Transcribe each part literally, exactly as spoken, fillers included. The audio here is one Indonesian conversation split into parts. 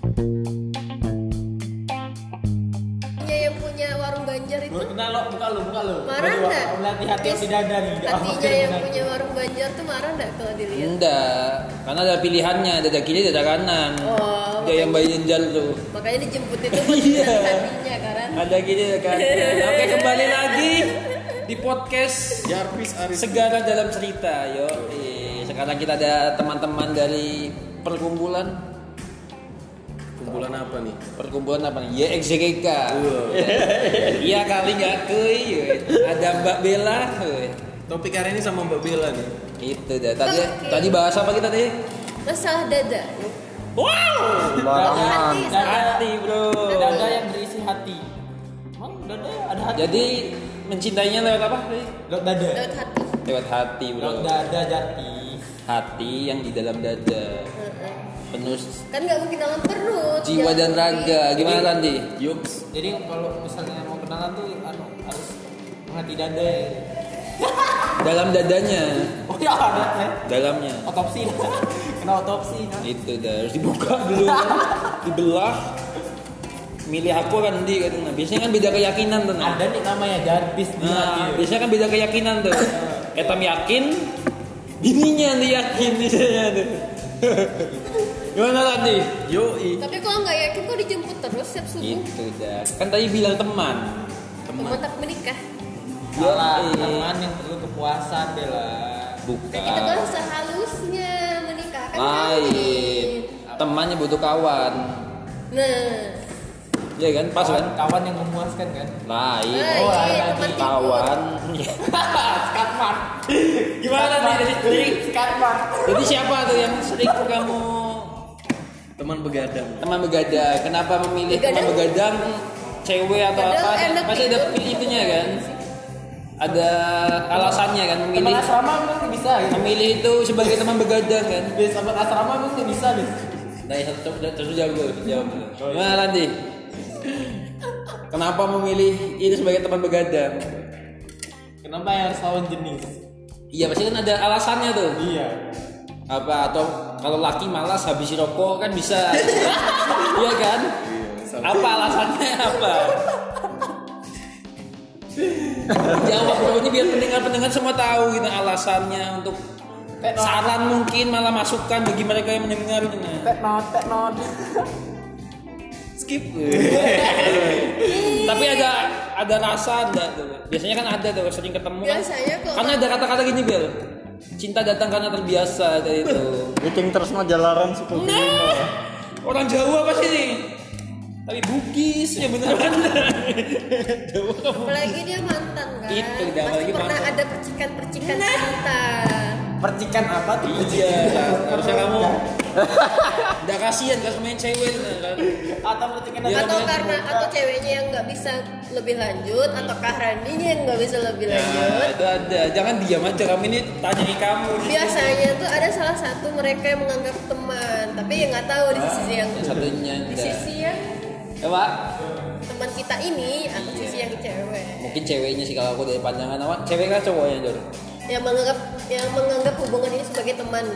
Yang punya warung Banjar itu. Kenal lo, buka lo, buka lo. Marah enggak? Melatih hati yang tidak ada nih. Hatinya yang punya warung Banjar tuh marah enggak kalau dilihat? Enggak, karena ada pilihannya, dada kiri, dada kanan. Oh, Dia yang bayi Banjar tuh. makanya dijemput itu buat Iya. hatinya kan. Ada gini dada kanan. Oke, kembali lagi di podcast Jarvis Aris. Segala dalam cerita. Yo, sekarang kita ada teman-teman dari perkumpulan. Kumpulan apa nih? Perkumpulan apa nih? Y X J K K. Iya kali nggak kuy. Ada Mbak Bella. Woy. Topik hari ini sama Mbak Bella nih. Itu dah. Tadi Oke. tadi bahas apa kita tadi? Masalah dada. Wow. Hati, Hati, bro. Dada yang berisi hati. Emang dada ada hati? Jadi mencintainya lewat apa? Lewat dada. lewat hati. Lewat hati, bro. Lewat dada jati. Hati yang di dalam dada. Heeh. Penuh Kan nggak mungkin dalam perut. jiwa jangan dan mungkin. raga. Gimana Randi? Yuks. Jadi kalau misalnya mau kenalan tuh anu, harus menghati dada ya. Dalam dadanya, Oh ya ada ya. dalamnya. Otopsi. Kena otopsi kan. Itu dah harus dibuka dulu kan. Dibelah. Milih aku Randi katanya. Biasanya kan beda keyakinan tuh. Nah. Ada nih namanya Jarvis di Nah, hati. biasanya kan beda keyakinan tuh. Etam yakin, bininya nih yakin misalnya tuh. Gimana Randi? Yoi. Tapi kalau nggak yakin kok dijemput terus setiap subuh. Itu dah. Kan tadi bilang teman. Teman tak menikah. Salah Yoi. teman yang perlu kepuasan Bella. Bukan. Nah, kita bahas sehalusnya menikah kan. Lain. kawin. Temannya butuh kawan. Nah, Iya kan? Pas Kawan, kan? kawan yang memuaskan kan. Lain. Nah, Oh, iya, ada teman lagi. Kawan. Skatman. Gimana nih? Jadi, jadi, Skatman. jadi siapa tuh yang sering kamu Teman begadang. teman begadang? Kenapa memilih Begadang? teman begadang? Cewek atau Padahal apa? enak Pasti ada tidur. itunya kan? Ada alasannya kan Teman memilih asrama mungkin bisa gitu. memilih itu sebagai teman begadang kan? Di sahabat asrama mungkin bisa nih. Nah, terus terus jawab dulu, jawab dulu. Gimana Randi? Kenapa memilih itu sebagai teman begadang? Kenapa yang harus lawan jenis? Iya pasti kan ada alasannya tuh. Iya. Apa atau kalau laki malas habis rokok kan bisa. Iya kan? Apa alasannya apa? Jawab bro, ini biar pendengar-pendengar semua tahu gitu alasannya untuk saran mungkin malah masukan bagi mereka yang mendengar gitu. Tek not, tek not. Skip. Tapi ada ada rasa ada tuh. Biasanya kan ada tuh sering ketemu kan. Biasanya kalau- Karena ada kata-kata gini Bel. Cinta datang karena terbiasa dari itu. Meeting terus mah jalaran suku Nah, orang Jawa pasti nih. Tapi Bugis ya beneran. Jawa kamu. apalagi dia mantan kan. Itu, dia Pasti apalagi pernah mantan. ada percikan-percikan cinta. Percikan apa tuh? Iya, harusnya kamu udah kasihan kalau main cewek kan. Atau percikan Dia Atau namanya karena atau ceweknya yang nggak bisa lebih lanjut, ataukah Randinya yang nggak bisa lebih Nah, lanjut. itu ada. Jangan diam aja, kami ini tanyain kamu. Biasanya tuh ada salah satu mereka yang menganggap teman, tapi yang nggak tahu di sisi yang Yang satunya di enggak. sisi yang Ya, Pak. teman kita ini atau Iya. sisi yang cewek Mungkin ceweknya sih kalau aku dari pandangan awak, cewek kan cowoknya Jor. yang menganggap yang menganggap hubungan ini sebagai teman,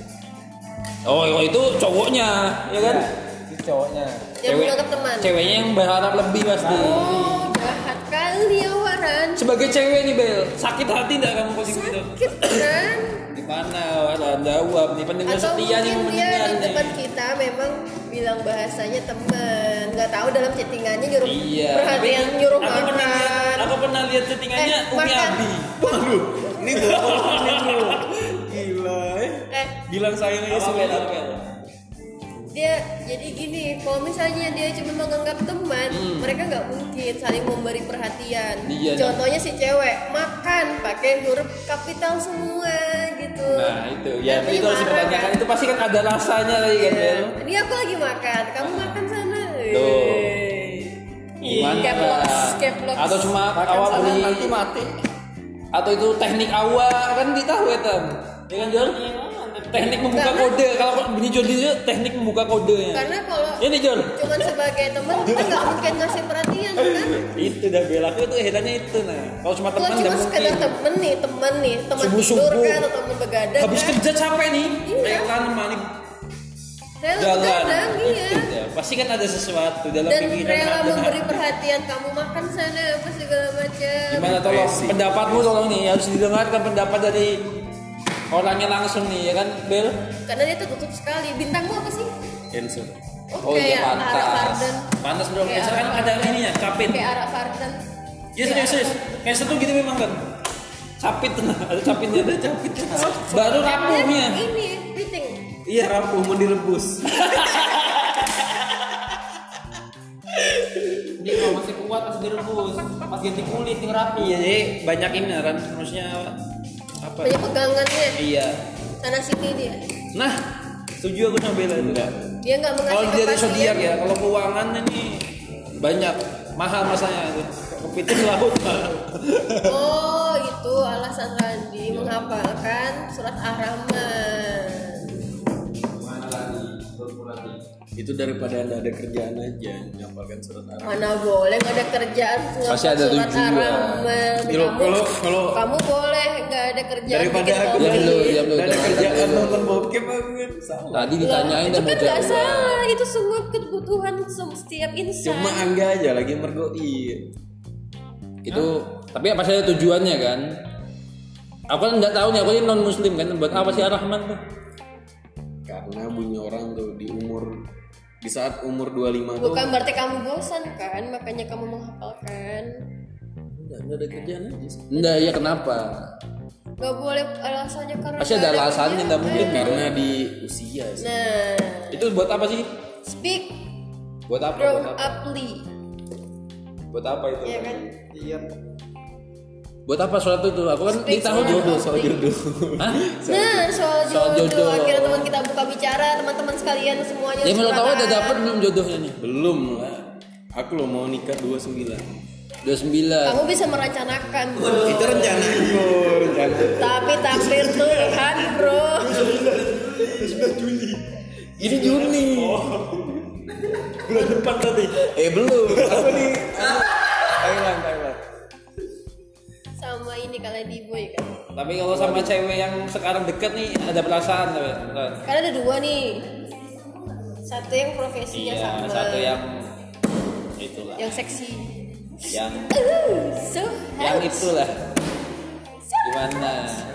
Oh, oh, itu cowoknya, ya kan? Itu cowoknya. yang menganggap teman. Ceweknya yang berharap lebih pasti. Oh, jahat kali ya Waran. Sebagai cewek nih Bel, sakit hati enggak kamu kok gitu? Sakit kan? Gimana? Waran jawab nih pendengar Atau setia nih mungkin mau dia mendengar di nih. depan kita memang bilang bahasanya teman, nggak tahu dalam chattingannya nyuruh Iya. perhatian tapi nyuruh aku pernah lihat, makan. aku pernah lihat settingannya Eh, Umi makan. Abi. Waduh, ini bohong nih bro. Gila, eh. Eh, Bilang sayangnya Apa suka. Bel? Apa, Bel? dia jadi gini, kalau misalnya dia cuma menganggap teman, Hmm. mereka nggak mungkin saling memberi perhatian. Iya, Contohnya si cewek makan pakai huruf kapital semua gitu. Nah itu, ya Nanti itu harus marah, dipertanyakan. kan? Itu pasti kan ada rasanya lagi kan Iya. Bel. Ini aku lagi makan, kamu makan sana. Tuh. Ih, Gimana? Caplox, caplox. Atau cuma Makan awal sana beli nanti mati. atau itu teknik awal kan ditahu ya Tam. Ya kan Jol? Teknik membuka Karena- kode. Kalau bunyi Jol itu teknik membuka kodenya. Karena kalau Ini Jol. cuman sebagai teman kita nggak mungkin ngasih perhatian kan? Itu dah Bel, aku tuh herannya itu nah. Kalau cuma Kalau teman cuma nggak sekedar mungkin. temen nih, temen nih, teman tidur Subuh-subuh. kan atau teman begadang Habis kan? kerja capek nih. Iya. Jalan nemani Saya jalan. begadang, iya. Itu dah. Pas pasti kan ada sesuatu dalam Dan pikiran rela ada. memberi perhatian kamu makan sana apa segala macam. Gimana tolong Depresi. pendapatmu tolong nih harus didengarkan pendapat dari orangnya langsung nih ya kan Bel? Karena dia tertutup sekali. Bintangmu apa sih? Cancer. Oh, kayak Ara pantas. Fardan. Pantas bro. Kayak Biasa kan Ara ada Fardan. ininya capit. Kayak Ara Fardan. Ya serius serius. Kayak satu gitu memang kan. Capit nah, ada capitnya ada capit. Baru Dia rapuhnya. ini keriting. Iya rapuh mau direbus. Dia kalau masih kuat pas direbus, pas ganti kulit yang rapi. Iya jadi banyak ini kan maksudnya apa? Banyak pegangannya. Iya. Sana sini dia. Nah, setuju aku sama Bella itu. Dia nggak mengasih Kalau dari kepastian. zodiak ya, kalau keuangan ini banyak mahal masanya itu. Kepiting laut. Oh, itu alasan Randi menghafalkan surat Ar-Rahman. Itu daripada anda ada kerjaan aja menghafalkan surat Ar-Rahman. Mana boleh nggak ada kerjaan Pasti ada surat tujuan. Ar-Rahman. Kalau- Kamu, kalau- kalau- kamu boleh nggak ada kerjaan Daripada bikin aku kopi. Diam dulu, diam dulu. Gak ada jangan kerjaan dulu. nonton bokep aku kan salah. Tadi Loh, ditanyain itu dan mau kan nggak jawab. salah, itu semua kebutuhan sem- setiap insan. Cuma angga aja lagi mergoi. Itu tapi apa saja tujuannya kan? Aku kan nggak tahu nih, aku ini non muslim kan. Buat apa sih Ar-Rahman tuh? Karena bunyi orang tuh di umur di saat umur dua puluh lima tuh Bukan berarti kamu bosan kan, makanya kamu menghafalkan. enggak enggak ada kerjaan aja sih. Enggak, ya kenapa? Gak boleh alasannya karena Pasti ada nggak alasannya, kerjaan. nggak mungkin. Karena di usia sih. Nah, Itu buat apa sih? speak Buat apa? grown Buat apa? uply, Buat apa itu? ya kan? Iya. Buat apa surat itu? Aku kan di Speak tahu grown jodoh. Soal uply. jodoh. Hah? Nah, soal Soal jodoh. jodoh. Akhirnya teman kita buka bicara, teman-teman sekalian semuanya. Ya menurut tahu udah silakan. dapat belum jodohnya nih? Belum lah. Aku lo mau nikah dua puluh sembilan. dua puluh sembilan. Kamu bisa merencanakan, bro. Itu rencana aku, rencana. Tapi takdir Tuhan, bro. Ini Juni. Bulan depan tadi. Eh belum. Aku nih. Thailand, Thailand. Sama ini kalian di boy kan. Tapi kalau sama cewek yang sekarang deket nih ada perasaan tapi. Karena ada dua nih. Satu yang profesinya Iya, sama. satu yang itulah. yang seksi. Yang Uh, so yang handsome. itulah. Gimana?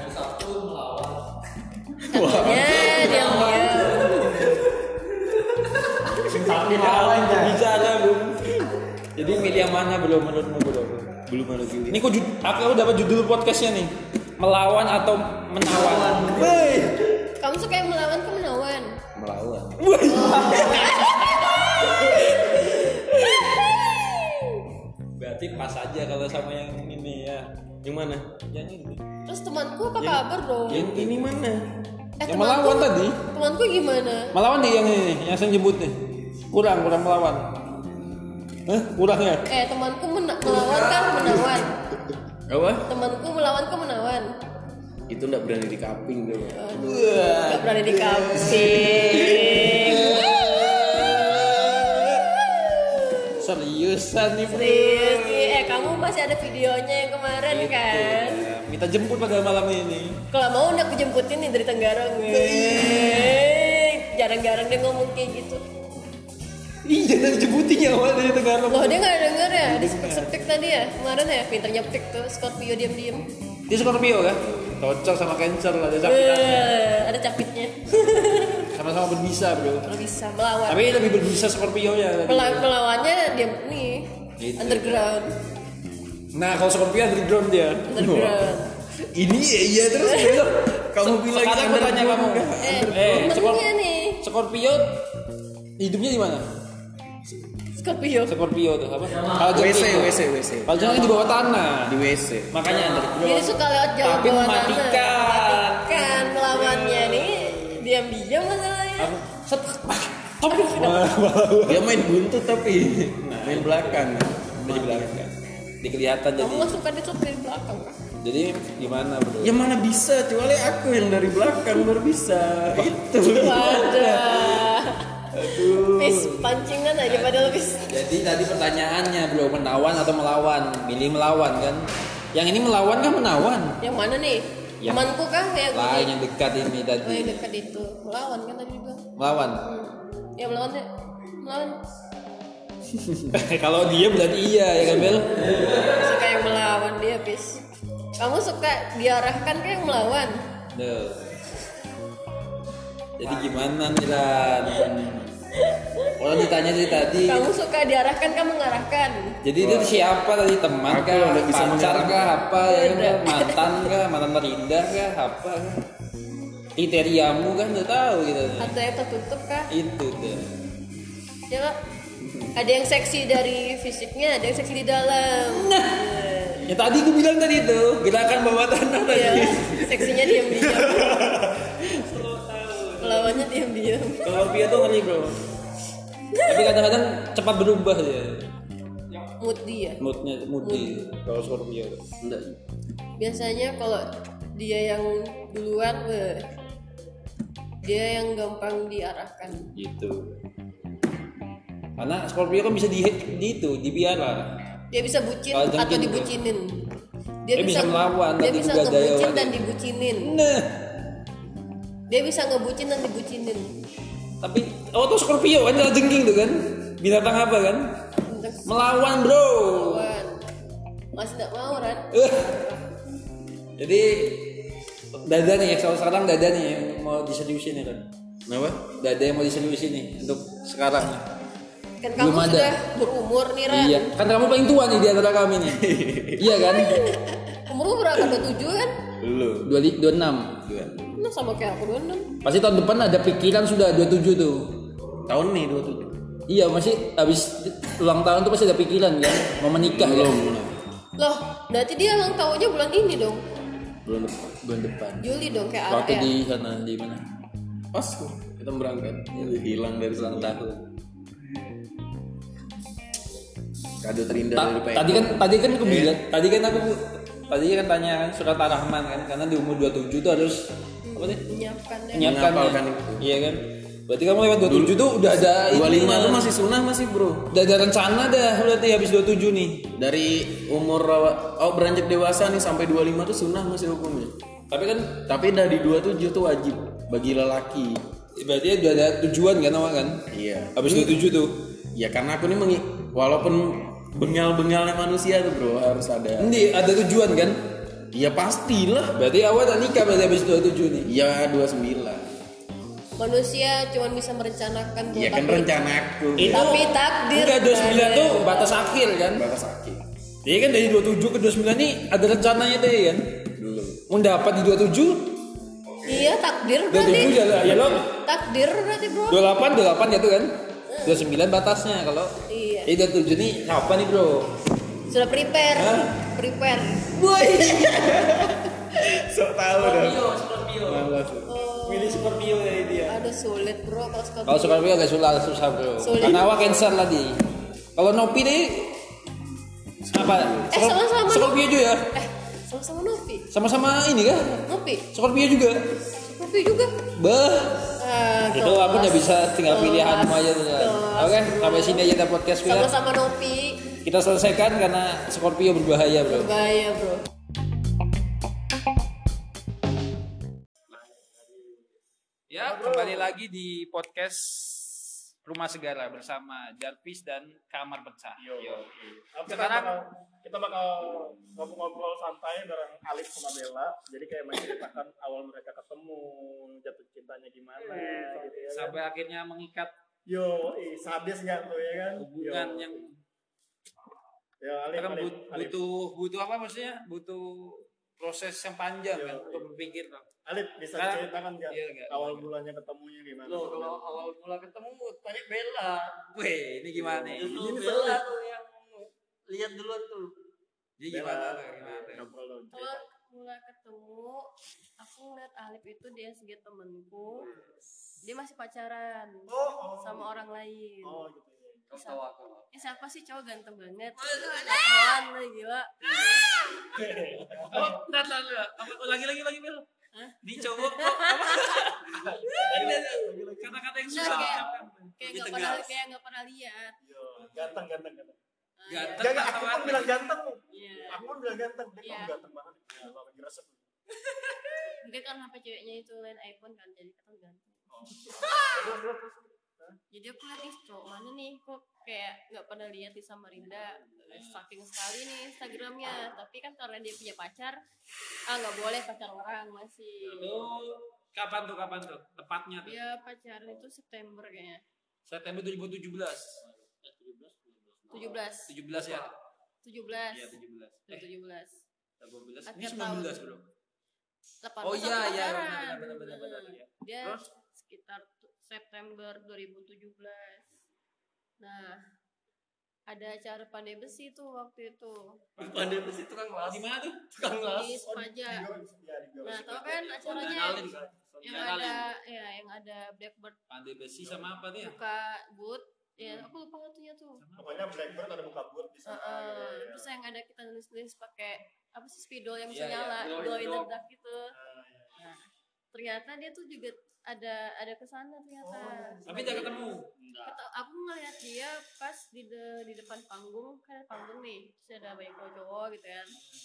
Katanya diam-diam. Lawan bicara belum. Jadi milih yang mana belum menurutmu belum? Belum ada pilih. Ini kok jud- aku dapat judul podcastnya nih. Melawan atau menawan? Kamu suka yang melawan ke menawan? Melawan. Berarti pas aja kalau sama yang ini ya. Yang mana? Yang ini. Terus temanku apa kabar dong? Yang ini mana? Eh, yang temanku- melawan tadi. Temanku gimana? Melawan nih yang ini nih, yang saya jemput nih. Kurang, kurang melawan. Hah? Kurang ya? Eh, temanku mena- melawan kan menawan. Apa? Temanku melawan ke menawan. Itu enggak berani di kaping tuh. Gak berani di kamping. Seriusan nih, bro. Serius nih, eh kamu masih ada videonya yang kemarin kan? Ya, minta jemput pada malam ini. Kalau mau udah aku jemputin nih dari Tenggarong. Eh, jarang-jarang dia ngomong kayak gitu. Iya, dari jemputin ya awal dari Tenggarong. Loh dia nggak denger ya? Di sepik pik tadi ya kemarin ya, pinternya pik tuh Scorpio diem-diem. Dia Scorpio kan? Cocok sama Cancer lah, dia capit. Eh, ada capitnya. Sama-sama berbisa, bro. Kalau bisa melawan. Tapi lebih berbisa Scorpio ya. Mela- melawannya dia nih Gitu. underground, Nah, kalau Scorpio underground dia. underground. Ini ya iya terus belum. Kamu bilang Sekarang aku tanya kamu. Eh, Eh, Skor- temennya nih Scorpio hidupnya di mana? Scorpio. Scorpio tuh apa? Kalau W C, Jogja- W C, W C. Kalau jangan di bawah tanah. Di W C. Makanya underground. Jadi suka lewat jalan Tapi bawah mematikan. tanah. Mematikan melawannya nih diam-diam masalahnya. Set. Dia main buntut tapi main belakang. Di belakang. Dikelihatan jadi. Kamu nggak suka dicok dari belakang kan? Jadi gimana, bro? Ya mana bisa, kecuali aku yang dari belakang baru bisa. Itu. Wadah. Pis pancingan aja padahal pis. Jadi tadi pertanyaannya, bro, menawan atau melawan? Milih melawan kan? Yang ini melawan kan menawan? Yang mana nih? Yang Temanku kah yang Lain ini? yang dekat ini Oh, tadi. yang dekat itu. Melawan kan tadi bilang. Melawan. Ya melawan ya. Melawan. Kalau dia berarti iya ya kan Bel? Suka yang melawan dia, Pis. Kamu suka diarahkan kayak yang melawan? Duh. Jadi gimana nih Lan? Orang ditanya dari tadi. Kamu suka diarahkan, kamu mengarahkan. Jadi itu siapa tadi, teman Aku kah, udah bisa pacar mengarahkan. kah, apa ya kan? Udah. Mantan kah, mantan terindah kah, apa kah? Kriteriamu kan udah tahu gitu. Atau yang tertutup kah? Itu tuh. Ya Kak? Ada yang seksi dari fisiknya, ada yang seksi di dalam. Nah, Ya tadi gue bilang tadi itu gerakan bawah tanah tadi. iya, seksinya diam-diam. Melawannya diam-diam. Kalau dia tuh ngeri bro. Tapi kadang-kadang cepat berubah dia. Mood dia. Moodnya moody. Kalau Scorpio. Enggak. Biasanya kalau dia yang duluan, weh, dia yang gampang diarahkan. Gitu. Karena Scorpio kan bisa di, di itu dibiara. Dia bisa bucin Oh, atau jengking, dibucinin. Dia Dia bisa melawan, Dia nanti bisa juga daya ngebucin orang. dan dibucinin. Nah, Dia bisa ngebucin dan dibucinin. tapi oh tuh Scorpio kan jalan jengking tuh kan. Binatang apa kan? Melawan bro. Melawan. Masih tidak mau Ran. Eh. Jadi dada nih kalau sekarang dada nih yang mau diseriusin nih kan. Kenapa? Dada yang mau diseriusin nih untuk sekarang. Kan kamu Belum ada. sudah berumur nih Ran. Iya, kan kamu paling tua nih di antara kami nih. Iya kan? Umurmu berapa? dua puluh tujuh kan? Lu. dua puluh enam. Nah sama kayak aku dua puluh enam. Pasti tahun depan ada pikiran sudah dua puluh tujuh tuh. Tahun nih dua puluh tujuh. Iya, masih habis ulang tahun tuh pasti ada pikiran kan mau menikah kan? Loh, berarti dia ulang tahunnya bulan ini dong. Bulan depan. Bulan depan. Juli dong kayak apa Waktu ya? di sana di mana? Pas tuh kita berangkat. Hilang dari Ulang sana. tahun. Kado terindah Ta- dari P K. tadi kan tadi kan aku bilang, tadi kan aku tadi kan tanya kan surat Ar-Rahman kan karena di umur dua puluh tujuh tuh harus apa sih? Menyiapkan ya. Menyiapkan Menghafalkan ya. itu. Iya kan? Berarti kamu lewat dua puluh tujuh tuh udah ada dua puluh lima ininya. tuh masih sunnah masih bro. Udah ada rencana dah berarti habis dua puluh tujuh nih. Dari umur rawa- oh beranjak dewasa nih sampai dua puluh lima tuh sunnah masih hukumnya. Tapi kan Tapi dari dua puluh tujuh tuh wajib bagi lelaki. berarti udah ada tujuan kan awak kan? Iya. Habis dua puluh tujuh tuh. Ya karena aku nih mengi- walaupun bengal-bengalnya manusia tuh bro harus ada. Ini ada tujuan kan? Ya pastilah. Berarti awak udah nikah berarti habis dua puluh tujuh nih. Ya dua puluh sembilan. Manusia cuma bisa merencanakan bro, Ya kan tapi- rencana aku. Itu Tapi takdir enggak dua puluh sembilan kan. tuh batas akhir kan? Batas akhir. Jadi kan dari dua puluh tujuh ke dua puluh sembilan nih ada rencananya tadi kan? Dulu. Mau dapat di dua puluh tujuh, Iya takdir dua puluh berarti. tujuh ya, ya lo Takdir berarti bro. dua puluh delapan, dua puluh delapan gitu kan? dua puluh sembilan batasnya kalau Iya. eh dua puluh tujuh nih apa nih bro? Sudah prepare. Hah? Prepare. Sok tahu dah. Scorpio. Oh, Milih Scorpio dari dia. ada sulit bro kalau Scorpio. Kalau Scorpio agak susah, susah bro. Sulit. Karena awak Cancer tadi. Kalau Nopi nih apa? Eh, sama-sama Scorpio juga ya? Eh, sama-sama Nopi. Sama-sama ini kah? Nopi. Scorpio juga. Nopi juga. Bah. Ah, Itu aku udah bisa tinggal kelas. pilihanmu aja tuh. Kelas, Oke, bro. sampai sini aja kita podcast kita. Sama-sama Nopi. Kita selesaikan karena Scorpio berbahaya, bro. Berbahaya bro. Ya, kembali lagi di podcast Rumah Segara bersama Jarvis dan Kamar Pecah. Yo. Kita Sekarang- bakal kita bakal ngobrol-ngobrol santai bareng Alif sama Bella. Jadi kayak menceritakan awal mereka ketemu, jatuh cintanya gimana gitu ya. Kan? Sampai akhirnya mengikat Yo, ih, sadis nggak tuh ya kan? hubungan Yo. yang Yo, Alif, kan Alif, but- Alif. butuh butuh apa maksudnya? Butuh proses yang panjang Yo, kan iya. untuk berpikir. Bang. Alif bisa Sekarang- ceritakan nggak iya, nggak. awal mulanya ketemunya gimana? Loh, kalau awal mula ketemu tadi Bella. Weh, ini gimana nih? Justru Ini Bella seru. tuh yang lihat duluan tuh. Jadi gimana? tuh, gimana? tuh? Ngobrol dong, cerita. Awal mulai ketemu, aku ngeliat Alif itu dia segi temenku. Dia masih pacaran Oh, oh. sama orang lain. Oh gitu ya. Kamu tahu aku. Ini siapa sih cowok ganteng banget? Kawan lah gila. Oh, entar entar entar. Apa lagi lagi lagi Bel? Hah? Di cowok kok apa? Ini ada kata-kata yang Nah, susah kayak diucapkan. kayak Lebih nggak pernah tegas. kayak nggak pernah lihat. Yo, ganteng ganteng ganteng. Ah, Ganteng. Enggak enggak, aku pun bilang ganteng. Iya. Aku pun bilang ganteng. Dia Iya. kamu ganteng banget. Ya, lo lagi resep. Mungkin kan H P ceweknya itu lain iPhone kan jadi kan ganteng. Terus terus terus. Jadi aku lihat nih cowok mana nih kok kayak nggak pernah lihat di Samarinda, saking sekali nih Instagramnya. Tapi kan karena dia punya pacar, ah nggak boleh pacar orang masih. Lu kapan tuh kapan tuh tepatnya tuh? Dia pacaran itu September kayaknya. September dua ribu tujuh belas. tujuh belas tujuh belas ya. tujuh belas Iya tujuh belas. Eh, Eh tujuh belas delapan belas. Ini Akhir sembilan belas tahun. bro. delapan Oh belas iya aku iya pacaran. benar benar benar benar. Nah, Iya. Dia Terus? sekitar tu- September dua ribu tujuh belas. Nah, ada acara pandai besi tuh waktu itu Pandai besi tukang las. Di mana tuh? Tukang las. di Sepaja. Ya, di Nah, tau kan acaranya Nalin kan. yang ada ya yang ada Blackbird Pandai besi sama apa tuh ya? buka booth. Ya, aku lupa satunya tuh. Pokoknya Blackbird ada buka boot di sana. Heeh. ya. Terus yang ada kita nulis-nulis pakai apa sih spidol yang bisa Iya, iya. nyala, Glow in glow in the the dark. dark gitu. Ah, iya. Nah, ternyata dia tuh juga ada ada kesana ternyata. Tapi tidak ketemu. Enggak. Kata- aku ngeliat dia pas di de, di depan panggung, kan ada panggung nih, terus ada banyak cowok-cowok gitu kan.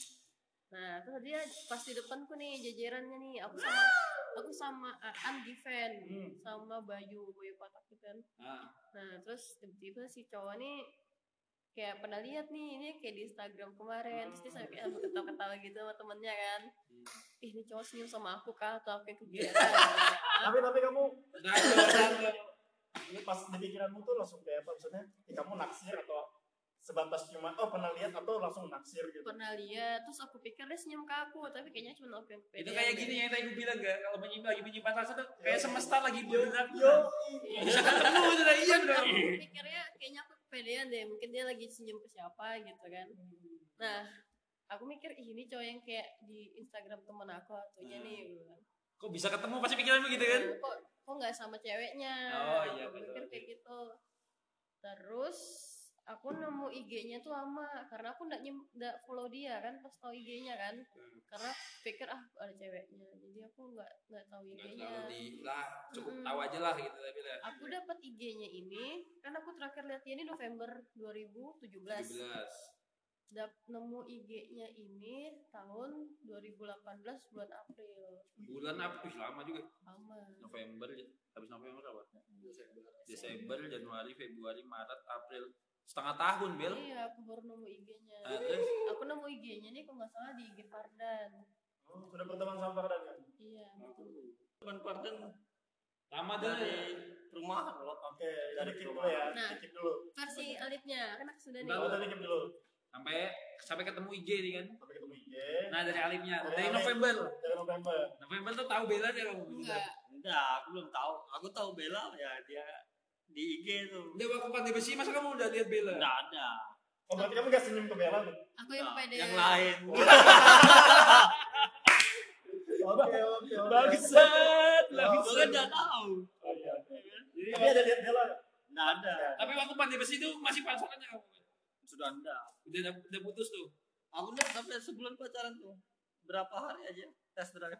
Nah, terus dia pas di depanku nih jajarannya nih, aku sama aku sama Aan defend Hmm. sama Bayu Bayu Patak gitu kan. Nah, Nah, terus tiba-tiba si cowok nih kayak pernah lihat nih, ini kayak di Instagram kemarin, terus dia sampai kayak ketawa-ketawa gitu sama temennya kan. Ih, ini cowok senyum sama aku kah atau aku yang kegiatan? Tapi tapi kamu nah, nah, pas di pikiranmu tuh langsung kayak apa maksudnya? Ya, kamu naksir atau sebatas cuma oh pernah lihat atau langsung naksir gitu? Pernah lihat, terus aku pikir dia senyum ke aku, tapi kayaknya cuma aku yang kepedean. itu kayak gini yang tadi gue bilang gak, kalau menyimpan lagi menyimpan rasa tuh kayak semesta lagi bergerak. Yo, Bisa ketemu udah iya udah. Aku pikirnya kayaknya aku kepedean deh, mungkin dia lagi senyum ke siapa gitu kan. Nah, aku mikir ih, ini cowok yang kayak di Instagram temen aku atunya nih gue bilang. Kok bisa ketemu pasti pikiranmu gitu kan? Nah, kok kok nggak sama ceweknya? Oh, iya, aku betul, mikir betul. kayak gitu. Terus aku nemu I G-nya tuh lama karena aku nggak nyem- nggak follow dia kan pas tahu I G-nya kan. Karena pikir ah ada ceweknya, jadi aku nggak nggak tahu I Nggak G-nya. terlalu di lah cukup Mm-mm. tahu aja lah gitu tapi lah. Aku dapat I G-nya ini kan aku terakhir lihat dia ini November dua ribu tujuh belas. tujuh belas. Dap nemu I G-nya ini tahun dua ribu delapan belas bulan April. Bulan apa? Ih, lama juga. Lama. November habis November apa? Desember, Januari, Februari, Maret, April. Setengah tahun, Bel. Iya, aku baru nemu I G-nya. Nah, terus Aku nemu I G-nya nih kalau nggak salah di I G Fardan. Oh, sudah berteman sama Fardan kan? Iya, betul. Teman Parden lama tuh. dari perumahan loh. Oke, dari keep dulu ya. Nah. Keep dulu. Versi Alifnya kan aku sudah nih. Bentar, Oh, dari keep dulu. Sampai sampai ketemu I G nih kan. Sampai ketemu I G. Nah, dari Alifnya. Dari Dari Alif. November. Dari November. November tuh tahu Bella dia kamu. Enggak. Enggak, aku belum tahu. Aku tahu Bella ya dia di I G tuh. Dia waktu pandai besi masa kamu udah lihat Bella? Enggak ada. Oh, berarti kamu gak senyum ke Bella nih? Aku yang Enggak, pede. yang lain. Oke, oke, oke. Bangsat, Aku kan bangsat. enggak tahu. Oh, iya. Tapi ada lihat Bella nggak? Enggak ada. Tapi waktu pandai besi itu masih pacarannya kamu. Sudah enggak. Udah udah putus tuh. Aku udah sampai sebulan pacaran tuh. Berapa hari aja tes drive.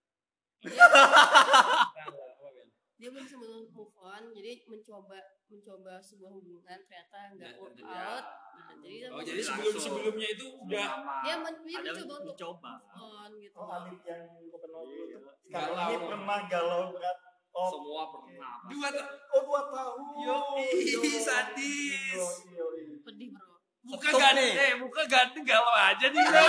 Dia belum bisa move on, jadi mencoba mencoba sebuah hubungan ternyata nggak Nggak- work nggak- out. Nah, jadi Oh, dia jadi sebelum sebelumnya itu udah dia men- dia ada mencoba untuk mencoba. move on gitu. Oh, Alif yang aku kenal dulu Iya. tuh. Sekarang Galau. ini pernah galau berat. Oh, Semua pernah. dua tuh. oh dua tahun. Yoi, sadis. Yoi, yoi. Pedih bro. Muka Stop ganteng, nih. eh muka ganteng galau aja nih bro.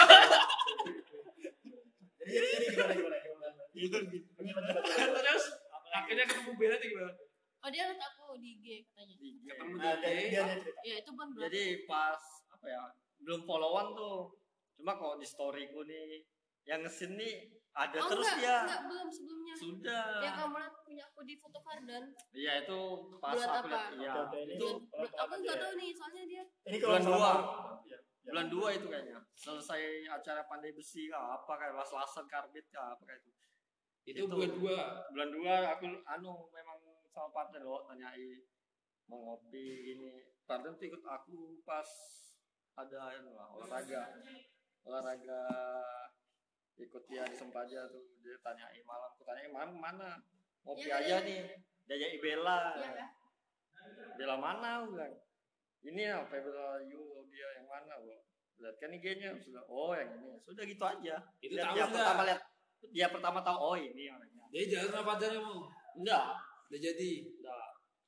Jadi, jadi gimana, gimana, gimana? Gimana, gimana? Terus akhirnya ketemu Bella tuh gimana? Oh dia liat aku di I G katanya. Ketemu Nah, di dia, dia, dia cerita. Ya itu bulan berapa? Jadi pas apa ya belum followan tuh. Cuma kok di storyku nih yang ngesin nih ada oh, terus enggak, dia. enggak, belum sebelumnya. Sudah. Yang kamu lihat punya aku di foto Fardan. Iya itu pas Bulan aku apa? lihat iya. Oke, oke, ini Itu Bulan- bulan- aku nggak tahu nih soalnya dia. Ini kalau bulan selama- dua. Iya, iya. bulan dua itu kayaknya. Selesai acara pandai besi kah apa kayak las-lasan karbit kah apa kayak itu. itu bulan dua. Bulan dua aku anu memang sama partner loh tanyai mau ngopi gini. Partner tuh ikut aku pas ada anu lah, olahraga. Olahraga ikut dia di Sempaja tuh dia tanyain malam aku tanyain malam mana ngopi Iya, aja iya. nih dia Bella Iya kan? Bella mana aku bilang ini apa Bella you dia yang mana gua lihat kan I G-nya sudah oh yang ini sudah gitu aja Itu dia, tahu dia nggak? pertama lihat dia pertama tahu oh ini orangnya Dia jalan sama pacarnya mau. enggak Udah jadi. enggak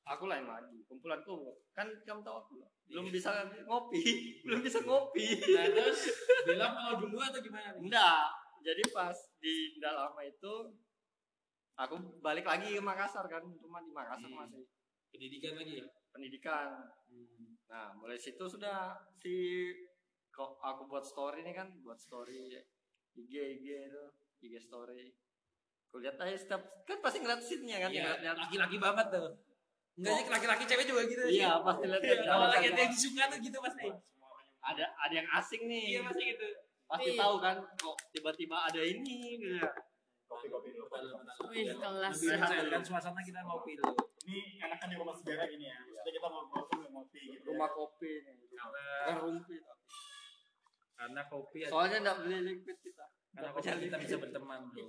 aku lain lagi. Kumpulanku kan kamu tahu aku belum bisa ngopi, belum bisa ngopi. Nah terus bilang mau dulu atau gimana? Enggak. Jadi pas di Indah Lama itu aku balik lagi ke Makassar kan, cuma di Makassar Hmm. masih Pendidikan lagi ya? pendidikan. Nah, mulai situ sudah si kok aku buat story nih kan, buat story I G I G itu, I G story. Aku lihat aja setiap kan pasti ngeliat scene-nya kan, Iya, ngeliat laki-laki banget tuh. Enggak sih, laki-laki cewek juga gitu. Iya, pasti lihat Iya, kalau lagi ada yang disuka tuh gitu pasti. ada ada yang asing nih. Iya pasti gitu. Pasti Iya. tahu kan kok tiba-tiba ada ini gitu. Kopi-kopi dulu. Wih, kelas. Lebih mencairkan suasana kita ngopi dulu. Ini enakan di rumah sejarah ini ya. Maksudnya kita mau ngopi ngopi gitu. Rumah kopi nih. Bukan rumpi. Karena kopi Soalnya enggak beli liquid kita. karena kopi kita bisa berteman, Bro.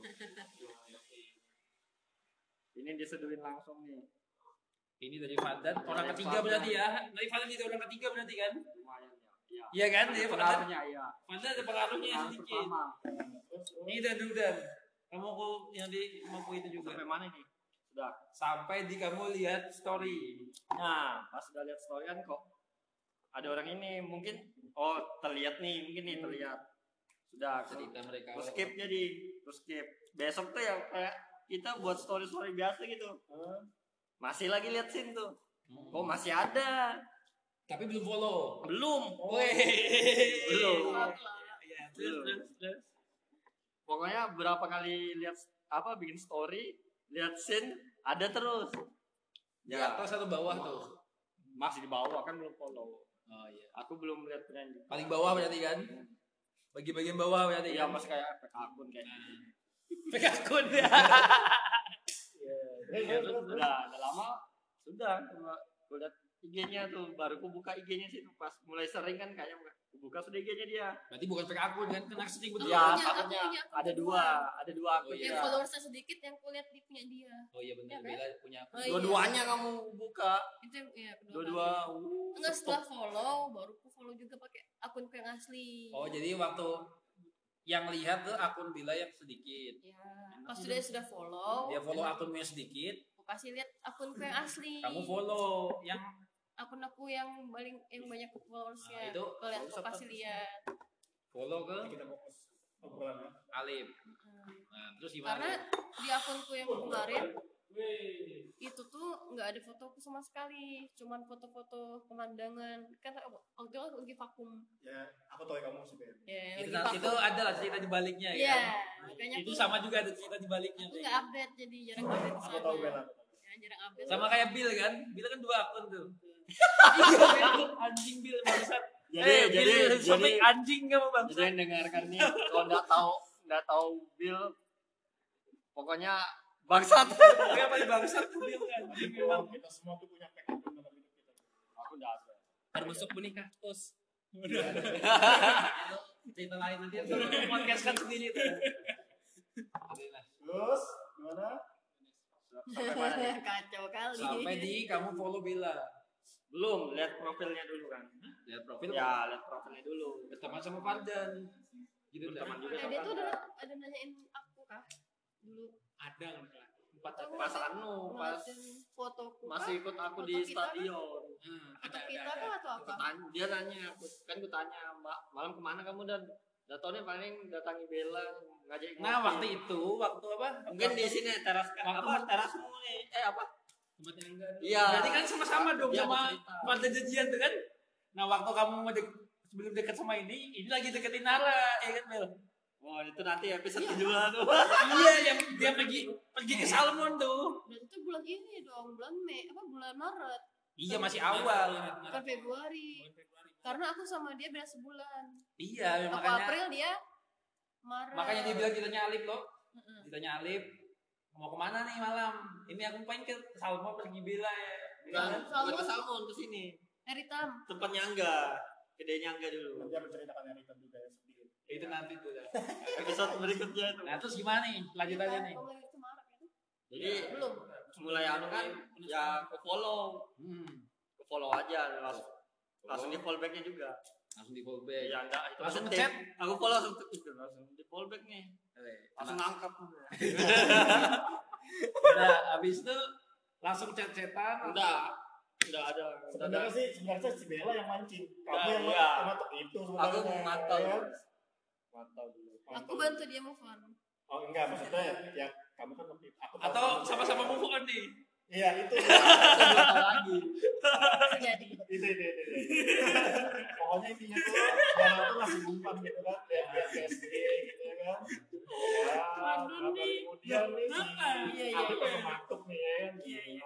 Ini diseduhin langsung nih. Ini dari Fadan, orang ketiga berarti ya. Dari Fadan itu orang ketiga berarti kan? Lumayan ya. Iya. Iya kan? Dia Fadan. Pengaruhnya iya. Fadan ada pengaruhnya Pengaruh sedikit. pertama. Ini dan dan. Kamu kok yang di mampu itu juga. Sampai mana nih? Sudah. Sampai di kamu lihat story. Nah, pas udah lihat story kan kok ada orang ini mungkin oh terlihat nih, mungkin nih terlihat. Sudah Cerita mereka. terus skip jadi, terus skip. Besok tuh ya kayak kita buat story-story biasa gitu. Masih lagi lihat scene tuh. Oh, masih ada. Tapi belum follow. Belum. Weh. Belum. Iya, terus Belum. terus terus. Pokoknya berapa kali lihat apa bikin story, lihat scene ada terus. Di atas atau bawah tuh? Masih di bawah kan belum follow. Oh iya. Aku belum lihat trend. Paling bawah berarti kan? Bagi-bagian bawah berarti Iya, kan? mas kayak efek akun kayak. Fake akun ya. Ya, terus udah, udah lama sudah aku lihat I G-nya tuh, baru aku buka I G-nya sih tuh pas mulai sering kan kayaknya aku buka sudah I G-nya dia. Berarti bukan fake akun kan? Kena sering betul. Aku Ya, punya, takutnya aku punya akun ada kedua. dua, ada dua akun Oh, iya. Yang ya. followersnya sedikit yang kulihat di punya dia. Oh iya benar. Ya, kan? Bella punya akun. Oh, iya. Dua-duanya kamu buka, Itu yang iya, kedua dua-dua. kali. uh, Enggak, stop. setelah follow baru aku follow juga pakai akunku yang asli. Oh jadi waktu yang lihat tuh akun Bila yang sedikit. Ya, pas sudah sudah follow, Dia follow akunnya sedikit. aku kasih lihat akunku yang asli. Kamu follow yang Akun aku yang paling yang banyak followersnya. Nah, itu kalian aku kasih lihat. follow ke Kita fokus obrolannya. Alif. Hmm. Nah terus gimana? Karena di akunku yang kemarin itu tuh nggak ada fotoku sama sekali, cuman foto-foto pemandangan. Kan waktu itu aku lagi vakum. Ya, aku tahu ya kamu sih Ben. Ya, itu, lagi itu vakum. ada lah cerita di baliknya Iya, kan? makanya Itu aku- sama juga ada cerita di baliknya. Aku nggak update, jadi jarang update di Aku sana. tahu Ben. aku tahu. Ya, jarang update. Sama kayak Bill kan? Bill kan dua akun tuh. Anjing Bill bangsat. Jadi, Eh, jadi, Bill, jadi, sampai anjing kamu bangsat. jadi yang dengarkan nih, kalau nggak tahu, nggak tahu Bill, pokoknya bangsat. Dia paling bangsat tuh Bill kan. Memang Kita semua tuh punya pack dalam hidup kita. Aku udah ada. termasuk menikah terus. Udah. Cerita lain nanti podcast kan sendiri tuh. Terus gimana? Sampai mana nih? Kacau kali. Sampai di kamu follow Bella. Belum, lihat profilnya dulu kan. Lihat profil. Ya, lihat profilnya dulu. Berteman sama Fardan. Gitu Berteman dah. juga Nah, sama dia tuh ada ada nanyain aku kah dulu. Ada kan? Empat Atau Pas ngeliatin- anu, pas ngeliatin fotoku kah? masih ikut aku Foto di kita kah? stadion. Hmm, Foto ada kita ada. kah atau Aku apa? tanya, dia nanya, aku, kan aku tanya, Mbak, malam kemana kamu dan datangnya paling datangi Bella, ngajak ngopi. Nah waktu itu waktu apa? mungkin di sini teras Waktu- apa terasmu nih, eh apa? Tempat yang enggak. Iya. Berarti kan sama-sama dong Iya, sama aku cerita. pada janjian tuh kan. Nah waktu kamu mau dek- sebelum dekat sama ini, ini lagi deketin Nara, ya kan Bel? Wah itu nanti episode kedua tuh. Iya yang dia pergi pergi ke Salmon tuh. Berarti itu bulan ini dong, bulan Mei, apa bulan Maret, Iya masih awal. bukan Februari. Karena aku sama dia beda sebulan. Iya Aku makanya April, dia Maret. makanya dia bilang ditanya Alif loh. Heeh. Ditanya Alif mau kemana nih malam? Ini aku main ke Salmon pergi Bella ya. Bukan, Salmon. bukan ke Salmon ke sini. Eritam. Tempatnya Angga, kedainya Angga dulu. Nanti aku ceritakan Erika juga ya sedikit. Itu nanti tuh. dah. Episode berikutnya itu. Nah terus gimana nih lanjutannya nih? Kamu lagi ke Maret ya? Jadi Belum. mulai anu kan, ya ke follow, Hmm, ke follow aja langsung. Langsung di follow backnya juga. langsung di fallback. Ya enggak itu Langsung penting. ngechat? Aku follow langsung itu langsung di follow back nih. Eh, Langsung nangkap. Nah, habis itu langsung chat-chatan. Enggak, enggak ada. Sebenarnya sih sebenarnya si Bella yang mancing. Kamu Nah, yang iya. matok itu Aku sebenarnya. memantau. ya. Mantau dulu. Aku bantu dia move on. Oh enggak, maksudnya ya kamu kan waktu itu. Aku tahu Atau kamu sama-sama cewek. move on nih. Iya itu. Belum lagi. Jadi itu itu itu. itu. Pokoknya intinya tuh Bella tuh masih umpan gitu kan, ya P S G gitu ya kan. Ya, Waduh, nih. kemudian nih si Iya, iya, aku iya. pengen matuk nih ya kan. Iya, iya.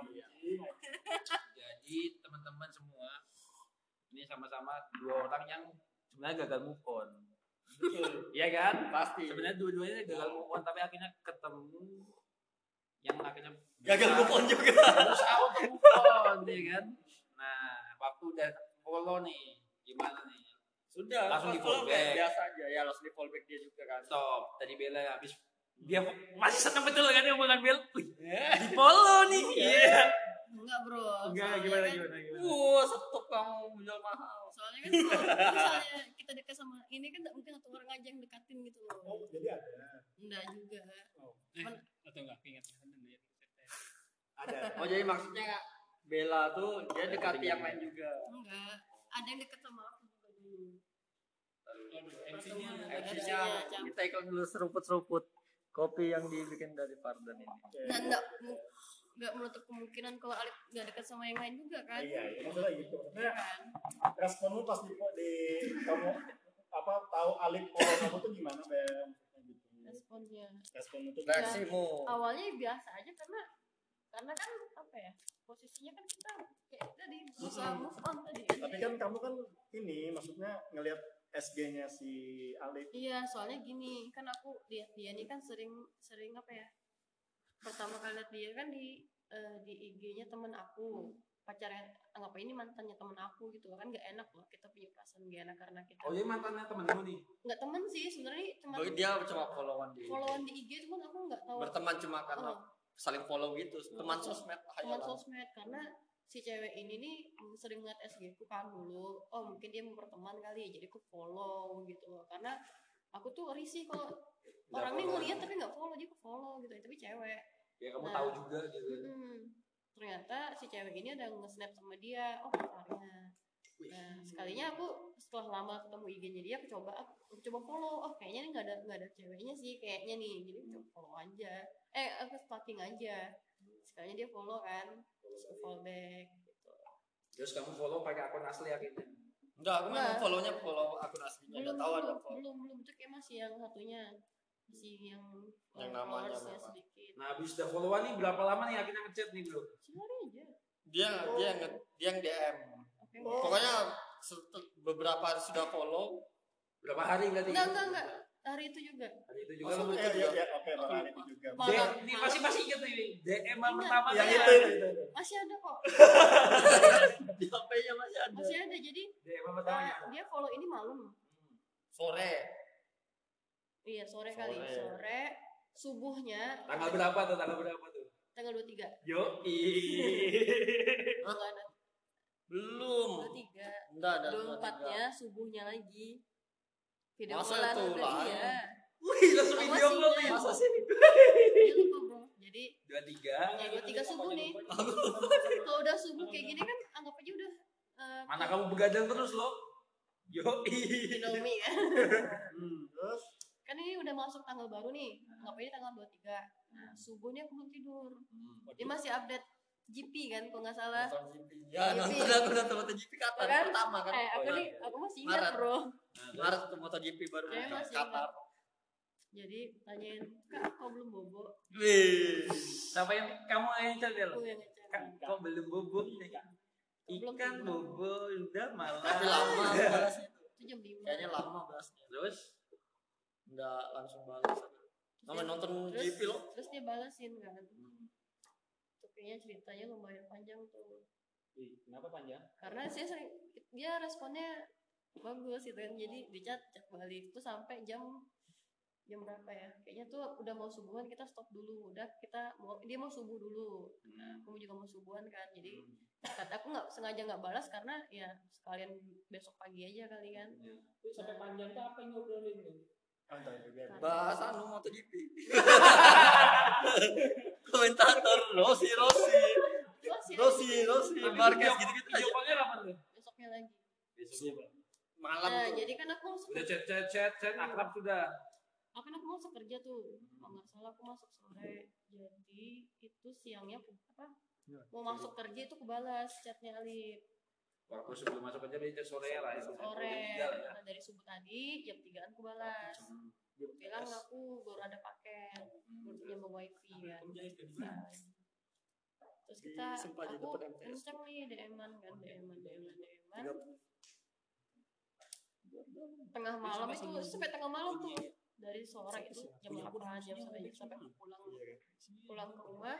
Jadi teman-teman semua ini sama-sama dua orang yang sebenarnya gagal move on. Betul. Iya kan? Pasti. Sebenarnya dua-duanya gagal move on tapi akhirnya ketemu yang akhirnya Gagal move on juga. berusaha untuk move on, ya kan? Nah, waktu udah follow nih, gimana nih? Sudah, Langsung pas di follow fallback. kayak biasa aja. Ya langsung di fallback dia juga kan. Stop. Tadi Bella habis dia masih seneng betul kan yang omongan Bella. Wih, di follow nih. Iya. enggak bro. Enggak, Soalnya gimana kan- gimana gimana. Wah, stop kamu jual mahal. Soalnya kan kalau misalnya kita dekat sama ini kan nggak mungkin satu orang aja yang dekatin gitu loh. Oh, jadi ada. Enggak juga. Eh, atau enggak ingat Ada. Oh, jadi maksudnya Bella tuh dia dekati yang lain juga. Enggak. Ada yang deket sama aku juga dulu. M C-nya M C-nya kita ikut dulu seruput-seruput kopi yang dibikin dari Fardan ini. Dan enggak enggak menutup kemungkinan kalau Alif enggak dekat sama yang lain juga kan. Iya, iya, maksudnya gitu. Maksudnya Kan? responmu pas di, di kamu apa tahu Alif follow kamu tuh gimana, Bel? Gitu. Responnya. Responmu tuh Reaksimu. Awalnya biasa aja karena karena kan apa ya? Posisinya kan kita kayak tadi berusaha move on tadi. tapi kan kamu kan ini maksudnya ngelihat S G-nya si Alif. Iya, soalnya gini, kan aku lihat dia nih kan sering sering apa ya? Pertama kali lihat dia kan di eh, di I G-nya temen aku, pacarnya anggap aja ini mantannya temen aku gitu kan, nggak enak loh kita punya perasaan gak enak karena kita Oh, jadi mantannya temenmu nih. nggak temen sih sebenarnya cuma Oh, dia cuma followan di followan di I G cuman aku nggak tahu berteman cuma karena Oh, saling follow gitu, teman sosmed. teman hayalan. sosmed karena si cewek ini nih mm, sering ngeliat S G ku kan dulu, oh mungkin dia mau berteman kali ya jadi aku follow gitu loh karena aku tuh risih kalau orang nih follow. ngeliat tapi nggak follow dia aku follow gitu tapi cewek. Ya kamu Nah. tahu juga gitu. Mm-mm. Ternyata si cewek ini ada nge-snap sama dia, oh pacarnya. Nah, sekalinya aku setelah lama ketemu I G-nya dia, aku coba aku coba follow. Oh, kayaknya ini nggak ada nggak ada ceweknya sih kayaknya nih. Jadi aku coba follow aja. Eh, aku stalking aja. Sekalinya dia follow kan, terus aku follow back gitu. Terus kamu follow pakai akun asli akhirnya. Enggak, aku memang Enggak. follow-nya follow akun aslinya. Enggak tahu ada belum, follow. belum, belum. Itu kayak masih yang satunya. Masih yang Yang namanya followersnya berapa? sedikit. Nah, habis udah followan nih berapa lama nih akhirnya ngechat nih, Bro? Sehari aja. Dia dia yang dia yang D M. Oke. Oh. Pokoknya set- beberapa hari sudah follow. Berapa hari berarti? Enggak, enggak, enggak. Hari itu juga. Hari itu juga Masa lu. Eh, iya, iya, oke, Bang Alif juga. D- Malah- Ini masih masih inget nih D M Ingat. pertama Yang nih. itu, itu, itu, itu. Masih ada kok. Di H P-nya masih ada. Masih ada. Jadi D M pertama. eh, dia follow ini malam. Sore. Iya, sore, Sore. kali. Sore. Subuhnya Tanggal berapa tuh? Tanggal berapa tuh? tanggal dua puluh tiga. Yo. Enggak ada. Belum. dua puluh tiga. Enggak ada. dua puluh empat-nya subuhnya lagi. Video Masa callan itu udah, lah? iya. Wih, langsung Apa video sih, call ya? nih. Masa sih? Iya lupa, Bro. Jadi dua puluh tiga. ya dua puluh tiga subuh nih. Kalau udah subuh kayak gini kan anggap aja udah eh, Mana kamu begadang terus lo? Yo. Indomie kan. Hmm, terus Kan ini udah masuk tanggal baru nih. Anggap aja tanggal dua puluh tiga. Nah, subuhnya aku belum tidur. Dia masih update G P kan kalau nggak salah. Nonton G P. Ya, G P. nonton aku nonton MotoGP kapan? Kan? Pertama kan. Eh, aku Oh, nih iya. aku masih ingat, Maret. Bro. Maret tuh MotoGP baru Kayaknya di masih Qatar. Jadi tanyain, "Kak, kok belum bobo?" Wih. Siapa yang kamu yang chat dia lo? Aku yang ngechat. Kak, kok belum bobo? Belum Ikan belum. bobo udah malam. Tapi lama balasnya. Itu jam lima. Kayaknya lama balasnya. Terus Enggak langsung balas. Nama nonton Terus- G P lo. Terus dia balasin kan. Tuh kayaknya ceritanya lumayan panjang tuh. Wih, kenapa panjang? Karena saya sering dia responnya bagus gitu kan. Jadi di chat chat balik tuh sampai jam jam berapa ya? Kayaknya tuh udah mau subuhan kita stop dulu. Udah kita mau dia mau subuh dulu. Nah, aku juga mau subuhan kan. Jadi kata aku nggak sengaja nggak balas karena ya sekalian besok pagi aja kali kan. Itu sampai panjang tuh apa yang ngobrolin tuh? ah, tahu juga. Bahas anu MotoGP. Komentator Rossi Rossi. Rossi, Rossi, Marquez gitu-gitu aja. Video call-nya kapan tuh? besoknya lagi. Besoknya. Malam Nah, tuh. jadi kan aku masuk Udah chat chat chat chat akrab sudah. aku kan aku masuk kerja tuh. Kalau nggak salah aku masuk sore. Jadi itu siangnya aku apa? Mau masuk kerja itu kebalas chatnya Alif. Waktu sebelum masuk kerja dia chat sore lah ya. Sore. Tiga lah ya. Nah, dari subuh tadi jam tigaan aku balas. Bilang aku baru ada paket, baru nyambung wifi kan. Nah, terus kita Sempat di aku depan M T S. kenceng nih D M-an kan, D M-an, D M-an, D M-an. Tengah malam itu sampai tengah malam tuh dari sore itu jam delapan jam sampai sampai aku pulang pulang ke rumah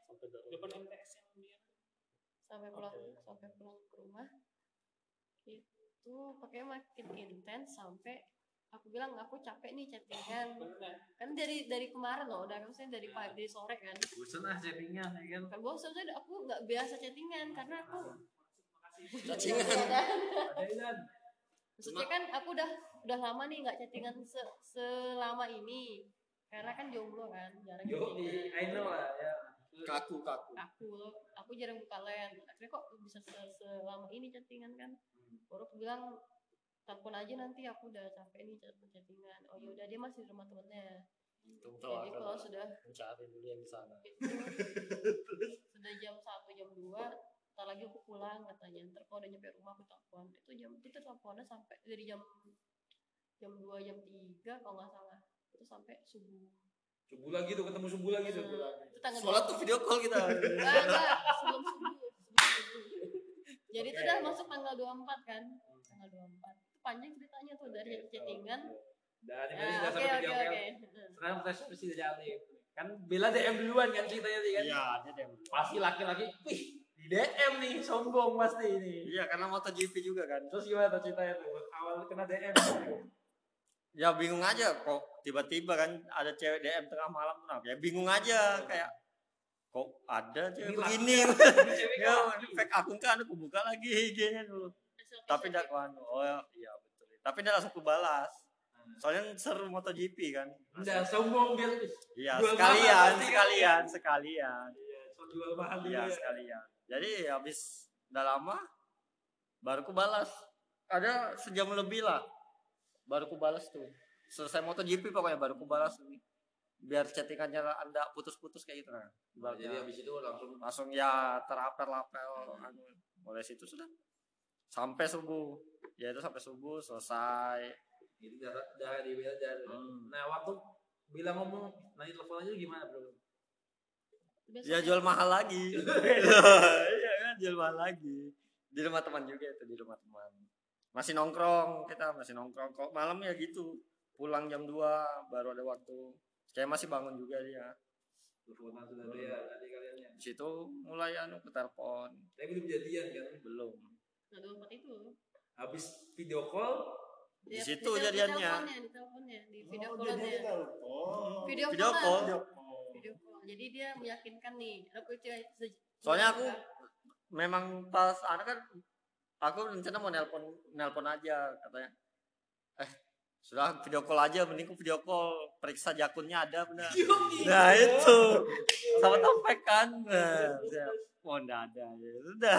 sampai pulang sampai pulang ke rumah itu pakai makin intens sampai aku bilang aku capek nih chattingan kan dari dari kemarin loh udah maksudnya dari pagi dari sore kan Bosan ah chattingan ya kan. kan bosan saya aku nggak biasa chattingan karena aku Ada maksudnya kan aku udah udah lama nih nggak chattingan se selama ini karena kan jomblo kan jarang Yo, chattingan I know lah ya. Kaku, kaku. aku aku jarang buka line akhirnya kok bisa se- selama ini chattingan kan baru aku bilang telepon aja nanti aku udah capek nih chattingan oh yaudah dia masih di rumah temennya jadi kalau sudah Mencari dulu yang di sana. itu sudah jam satu jam dua ntar lagi aku pulang katanya ntar kalau udah nyampe rumah aku telepon itu jam itu teleponnya sampai dari jam jam dua jam tiga kalau nggak salah itu sampai subuh. Subuh lagi tuh ketemu subuh lagi tuh. Nah, itu tanggal Sholat tuh video call kita. enggak enggak sebelum subuh sebelum subuh jadi itu udah masuk tanggal dua puluh empat kan tanggal dua puluh empat itu panjang ceritanya tuh dari chattingan. Dan ini Nah, sudah oke sampai oke video oke call. Sekarang tes mesti dari Alif. Kan Bella D M duluan kan ceritanya sih kan. Iya, dia dem. Pasti laki-laki, wih di D M nih sombong pasti ini. Iya, karena MotoGP juga kan. Terus gimana tuh ceritanya tuh awal kena D M? Ya bingung aja kok tiba-tiba kan ada cewek D M tengah malam kenapa? Ya bingung aja kayak kok ada cewek Ini laki. begini. Ini cewek Ya, kan ini fake akun kan aku buka lagi I G-nya dulu. Tapi enggak kan. Oh ya, iya betul. Tapi enggak langsung aku balas. Soalnya seru MotoGP kan. Udah sombong biar Iya, jual sekalian, mahal pasti kan. sekalian, sekalian. Iya, so jual mahal dulu Iya, ya. sekalian. Jadi habis udah lama baru ku balas. Ada sejam lebih lah. Baru ku balas tuh. Selesai MotoGP pokoknya baru ku balas nih. Biar chattingannya Anda putus-putus kayak gitu kan. Nah, jadi habis itu langsung Langsung ya terapel-lapel anu. Mulai situ sudah sampai subuh. Ya itu sampai subuh selesai. gitu darah darah di Bella darah. Hmm. Nah waktu bilang ngomong nanti telepon aja gimana bro? Ya jual mahal lagi. Iya kan jual mahal lagi. Di rumah teman juga itu di rumah teman. Masih nongkrong kita masih nongkrong kok malam ya gitu. Pulang jam dua baru ada waktu. Kayak masih bangun juga dia. Teleponan sudah ada ya tadi kaliannya. Di situ mulai anu ke telepon. Tapi belum jadian kan? Belum. Nah, dua puluh empat itu. Habis video call Di Ya, situ tel- jadiannya. Di teleponnya, di teleponnya, di video call-nya. Video Video call. call. Video call. Jadi dia meyakinkan nih, aku cewek se- Soalnya aku memang pas anak kan aku rencana mau nelpon nelpon aja katanya. Eh sudah video call aja mending aku video call periksa jakunnya ada benar. Nah itu sama topek kan. Nah, saya, oh enggak ada ya sudah.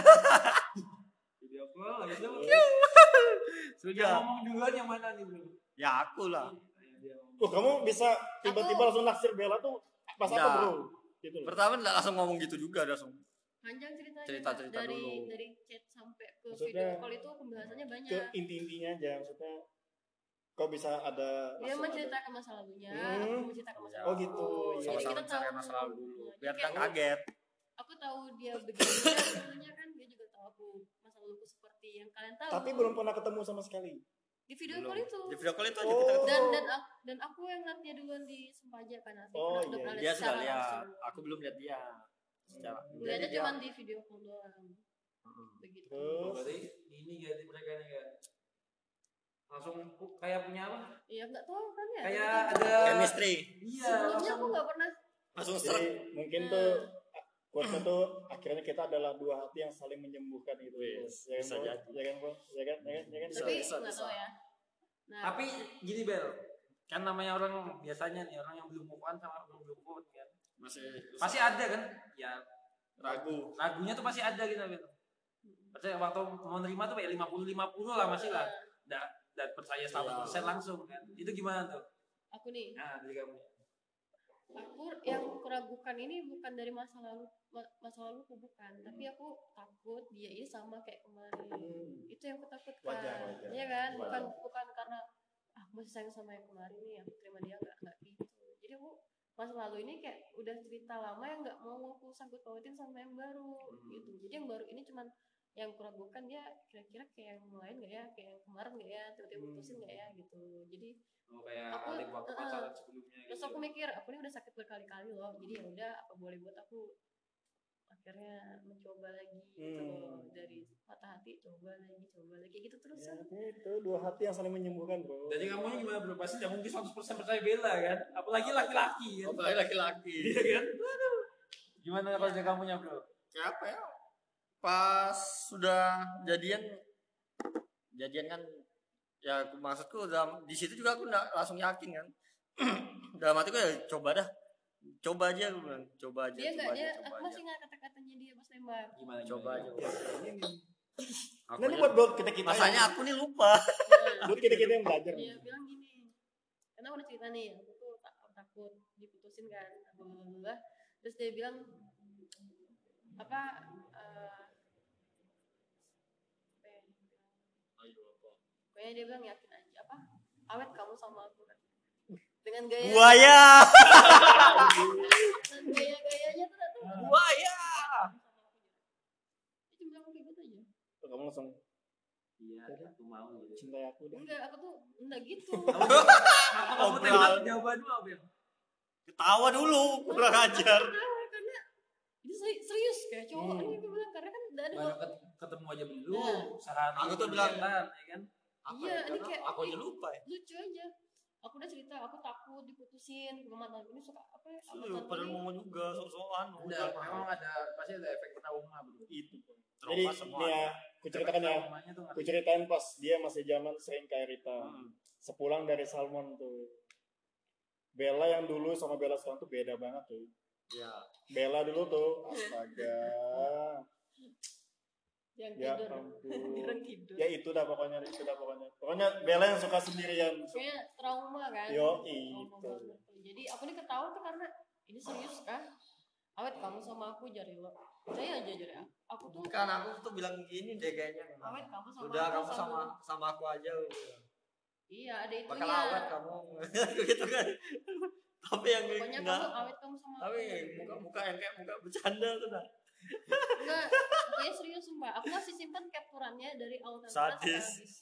video call habis itu Sudah. yang ngomong duluan yang mana nih bro? Ya aku lah. Oh, kamu bisa tiba-tiba langsung naksir Bella tuh pas apa Nah. bro? Gitu loh. Pertama enggak langsung ngomong gitu juga langsung. panjang ceritanya. Cerita-cerita dari dulu. dari chat sampai ke Maksudnya, video call itu pembahasannya banyak. Ke inti-intinya aja maksudnya. Kok bisa ada Dia langsung ada- menceritakan masa lalunya, Hmm. aku menceritakan masa Ya. Oh gitu. lalu. Iya. Jadi Sama-sama kita tahu mencari masa lalu dulu. Nah, Biar jadi enggak kayak kaget. aku tahu dia begini dulunya kan dia juga tahu aku masa laluku seperti yang kalian tahu. Tapi belum pernah ketemu sama sekali. di video Belum. call itu. Di video call itu aja Oh. kita ketemu. Dan dan aku, dan aku yang lihat dia duluan di Sempaja kan asli. Oh, Udah iya. pernah Dia lihat sudah secara lihat. langsung. Aku belum lihat dia. Secara. Lihatnya Jadi dia- cuma di video call doang. Begitu. Terus Berarti ini ganti mereka nih kan langsung pu- kayak punya apa? Iya nggak tahu kan ya. Kayak Tiba-tiba. ada chemistry. Iya Sebelumnya langsung aku nggak pernah. Langsung jadi seret. mungkin tuh quote tuh akhirnya kita adalah dua hati yang saling menyembuhkan itu. Wis, Ya kan, bisa Bro? jadi. Ya kan, Bro? Ya kan, ya kan, ya kan. Bisa, Tapi bisa, nggak bisa. tahu ya. Nah, Tapi gini Bel, kan namanya orang biasanya nih orang yang belum move on sama belum move on kan, Masih pasti ada kan? Ya ragu. Ragunya tuh pasti ada gitu gitu. Percaya waktu mau nerima tuh kayak lima puluh lima puluh lah masih lah. Dan dan percaya seratus persen langsung kan. Itu gimana tuh? Aku nih, Nah, dari kamu. aku yang kuragukan ini bukan dari masa lalu ma- masa lalu aku bukan, tapi aku takut dia ini sama kayak kemarin. Itu yang aku takutkan. Wajar, wajar. Iya kan? Bukan bukan karena ah aku masih sayang sama yang kemarin nih, aku terima dia nggak nggak gitu. Jadi aku masa lalu ini kayak udah cerita lama yang nggak mau aku sangkut pautin sama yang baru gitu. Jadi yang baru ini cuman yang kuragukan dia kira-kira kayak yang lain nggak ya, kayak yang kemarin nggak ya, tiba-tiba putusin nggak ya gitu. Jadi Oh, kayak Aku- Alif waktu uh, pacaran sebelumnya terus gitu. aku mikir aku ini udah sakit berkali-kali loh, jadi ya udah apa boleh buat aku akhirnya mencoba lagi gitu loh. Hmm. Dari patah hati coba lagi coba lagi gitu terus. Ya, itu dua hati yang saling menyembuhkan, bro. Jadi kamu gimana bro? Pasti nggak mungkin seratus persen percaya Bella kan? Apalagi laki-laki kan? Apalagi laki-laki. Iya kan? Waduh. Gimana kalau dia kamunya bro? Kayak apa ya? Pas sudah jadian, jadian kan, ya aku- maksudku dalam di situ juga aku nggak langsung yakin kan. Dalam hatiku ya coba dah, coba aja aku bilang, coba aja, Dia coba nggak aja, dia coba aku aja, masih nggak kata-katanya dia pas nembak. Gimana? coba aja. Aku Nah, ini aja- buat buat kita kita. Masanya aku nih lupa. Nah, buat kita kita yang belajar. dia bilang gini, karena aku udah cerita nih, aku tuh tak, takut diputusin kan, alhamdulillah. Terus dia bilang apa? eh, apa ya dia bilang? Pokoknya dia bilang yakin aja apa? Awet kamu sama aku kan. Dengan gaya Buaya. dan gaya-gayanya tuh tuh. Buaya. Dia cuma bilang kayak gitu aja. Tuh, kamu langsung Iya, aku mau gitu. cintai aku deh. Enggak, aku tuh enggak gitu. Aku kamu Obral. tembak jawabanmu apa ya? Ketawa dulu, kurang ajar. Kenapa? Karena ini seri- serius kayak cowok Hmm. ini gue bilang karena kan udah ada Baru ket- ketemu aja belum, Nah. sehari Aku tuh kemudian bilang, kan, ya kan? Apa Iya, ya? ini Karena kayak- aku aja lupa ya. lucu aja. Aku udah cerita, aku takut diputusin. Mantan ini suka apa ya? Sama Iya, mantan padahal ini. mau juga sok-sokan. Udah, memang ada pasti ada efek trauma bro. Itu. Jadi Jadi ini ya, aku ceritakan ya. Traumanya tuh Aku ceritain pas dia masih zaman sering kayak Rita. Hmm. Sepulang dari Salmon tuh. Bella yang dulu sama Bella sekarang tuh beda banget tuh. Ya. Bella dulu tuh, astaga. Yang Ya tidur. ampun. Orang tidur. Ya itu dah pokoknya, itu dah pokoknya. Pokoknya Bella yang suka sendirian. Kayak trauma kan. Yo, Trauma itu. banget tuh. Jadi aku nih ketawa tuh karena ini serius kan? Awet kamu sama aku jari lo. Saya aja jari aku. Aku tuh Kan aku tuh bilang gini deh kayaknya. awet kamu sama Udah aku kamu sama sama aku aja. Iya, ada itunya. Bakal awet kamu. Gitu kan. Tapi yang Pokoknya enggak. kamu awet kamu sama Tapi aku. muka muka yang kayak muka bercanda tuh dah. Enggak, pokoknya serius sumpah. Aku masih simpan capturannya dari awal teleponan sampai Sadis. habis.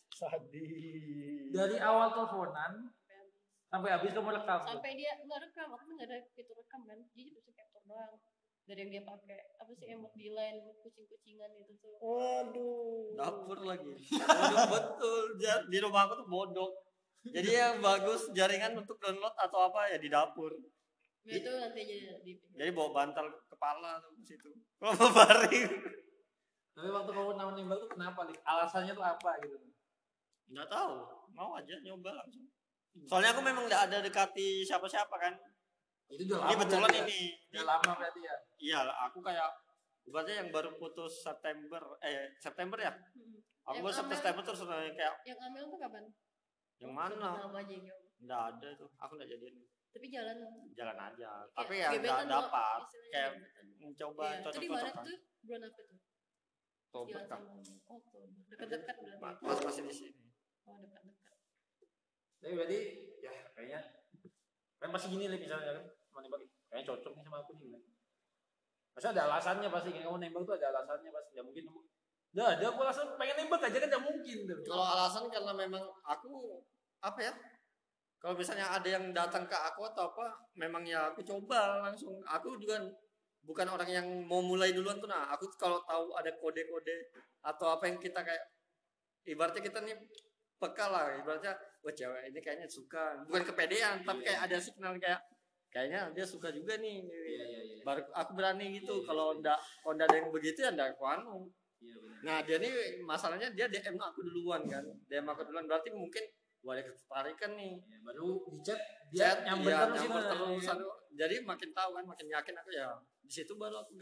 Sadis. dari awal teleponan Sampai habis. sampai habis kamu rekam. Sampai dia nggak rekam, aku kan nggak ada fitur rekam kan. Jadi bisa capture doang. Dari yang dia pakai apa sih emot di line kucing-kucingan itu tuh. Waduh. Dapur lagi. Bodoh betul. Ja- Di rumah aku tuh bodoh. Jadi yang bagus jaringan untuk download atau apa ya di dapur. Ya, itu nanti aja di. Jadi bawa bantal kepala tuh ke situ. Kalau baring. Tapi waktu kamu nama nembak tuh kenapa? Lik? Alasannya tuh apa gitu? Enggak tahu. Mau aja nyoba langsung. Soalnya aku memang enggak ada dekati siapa-siapa kan. Itu udah Ini lama betulan berarti ya? ini. Udah lama berarti ya. Iya, aku kayak ibaratnya yang baru putus September eh September ya. Hmm. Aku Yang baru Amel- September terus udah kayak Yang Amel tuh kapan? yang mana? Nama aja yang Enggak ada tuh. Aku enggak jadian. tapi jalan. Jalan aja. Kayak Tapi ya gebetan enggak doang, dapat. istilahnya Kayak gebetan. mencoba Iya, itu di mana cocok-cocokan. tuh? Bulan apa tuh? Oktober Jalan kan. sama oh tuh dekat-dekat berarti. Ma- Pas masih di sini. Oh dekat-dekat. Tapi berarti ya kayaknya kan pasti gini lah misalnya kan mau nembak kayaknya cocok nih sama aku nih. Pasti ada alasannya pasti kan kamu nembak tuh ada alasannya pasti nggak mungkin kamu. Dah, ada aku alasan pengen nembak aja kan nggak mungkin tuh. Kalau alasan karena memang aku apa ya? Kalau misalnya ada yang datang ke aku atau apa, memang ya aku coba langsung. Aku juga bukan orang yang mau mulai duluan tuh. Nah, aku kalau tahu ada kode-kode atau apa yang kita kayak ibaratnya kita nih peka lah. Ibaratnya, wah cewek ini kayaknya suka. Bukan kepedean, tapi kayak ada signal kayak kayaknya dia suka juga nih. Iya iya iya. Baru aku berani gitu. Iya, iya, Kalau iya. ndak kalau ndak ada yang begitu ya ndak aku anu. Iya benar. Nah dia nih masalahnya dia D M aku duluan kan, D M aku dululan berarti mungkin gua ada ketertarikan nih. Ya, baru di chat dia Chat, nyamber iya, terus nyamber gitu, terus. ya. Aduh, jadi makin tahu kan, makin yakin aku ya di situ baru aku gerak.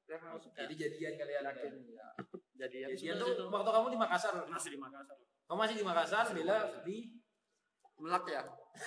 Emang suka. Jadi jadian kalian. Yakin ya. Jadian Jadian sudah tuh situ. waktu kamu di Makassar. Masih di Makassar. Kamu masih di Makassar, Bella di Melak ya.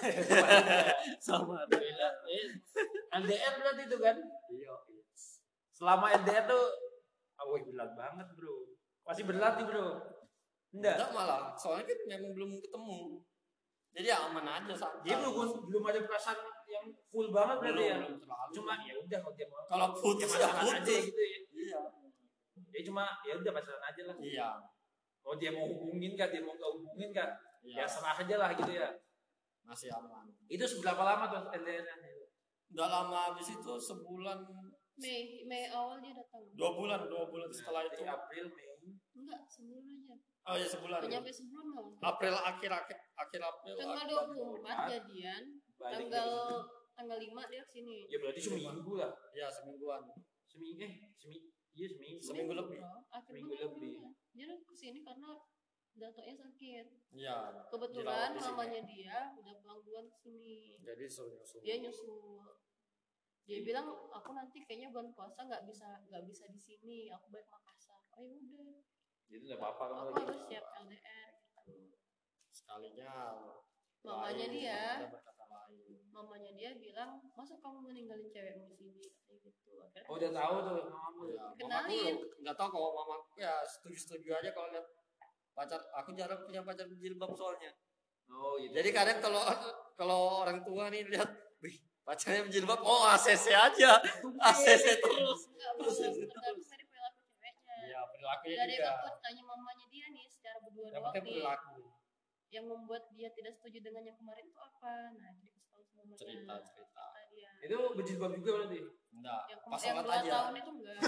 Sama. Bella. Eh, L D R berarti itu kan? Iya. Selama L D R tuh, oh berat banget bro. Masih berlatih bro. Enggak. Enggak malah, soalnya kan memang belum ketemu. Jadi ya aman aja santai. Dia belum belum ada perasaan yang full banget berarti ya. belum terlalu. Cuma ya udah kalau dia mau Kalau ya putus ya pacaran aja putus. gitu ya. Iya. Ya cuma ya udah pacaran aja lah. Iya. Kalau dia mau hubungin kan, dia mau nggak hubungin kan, Iya. ya serah aja lah gitu ya. Masih aman. Itu seberapa lama tuh L D R-nya? Udah lama habis itu sebulan, Mei Mei awal dia datang. dua bulan, dua bulan setelah itu. Di April, Mei. Enggak, sebulan aja. Oh ya sebulan. Nggak nyampe sebulan malah. April akhir akhir akhir April. Tanggal akhir- dua puluh empat jadian, Balik tanggal lagi. tanggal lima dia kesini. Ya berarti seminggu lah. Ya semingguan. Seminggu eh seminggu. Iya seminggu. Seminggu lebih. Bro. Akhir Seminggu bulan lebih. April. Dia kesini karena datonya sakit. Iya. Kebetulan Dirawat di sini. mamanya dia udah pulang duluan kesini. Jadi suruh nyusul. Dia nyusul. Dia bilang aku nanti kayaknya bulan puasa nggak bisa nggak bisa di sini. Aku balik Makassar. Oh ya udah. Jadi nggak apa-apa kamu Aku lagi. harus siap L D R. Gitu. Sekalinya. Mamanya lain, dia. ada berkata lain. Mamanya dia bilang, masa kamu meninggalin cewekmu di sini? Katanya gitu. Akhirnya Oh udah tahu tuh mamamu. Ya, Kenalin. mamaku nggak tahu kalau mamaku ya setuju-setuju aja kalau lihat pacar. Aku jarang punya pacar berjilbab soalnya. Oh gitu. Jadi kadang kalau kalau orang tua nih lihat, wih pacarnya berjilbab, oh A C C aja, A C C terus. Enggak, bro, tergantung dari perilaku ceweknya. Iya perilakunya Gak ada yang juga. takut tanya mamanya dia nih secara berdua Yang doang penting nih. perilaku. Yang membuat dia tidak setuju dengan yang kemarin itu apa? Nah, dia kasih tahu sama mamanya. Cerita cerita. Kata dia. Itu berjilbab juga berarti. Enggak. Yang, Pas yang sholat dua aja. tahun itu enggak.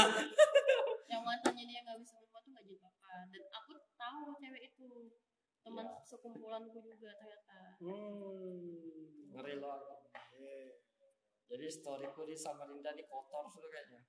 Yang mantannya dia nggak bisa ngomong tuh nggak jilbaban. Dan aku tahu cewek itu teman Ya. sekumpulanku juga ternyata. Hmm. Ngeri loh. Jadi storyku di Samarinda nih kotor sudah kayaknya.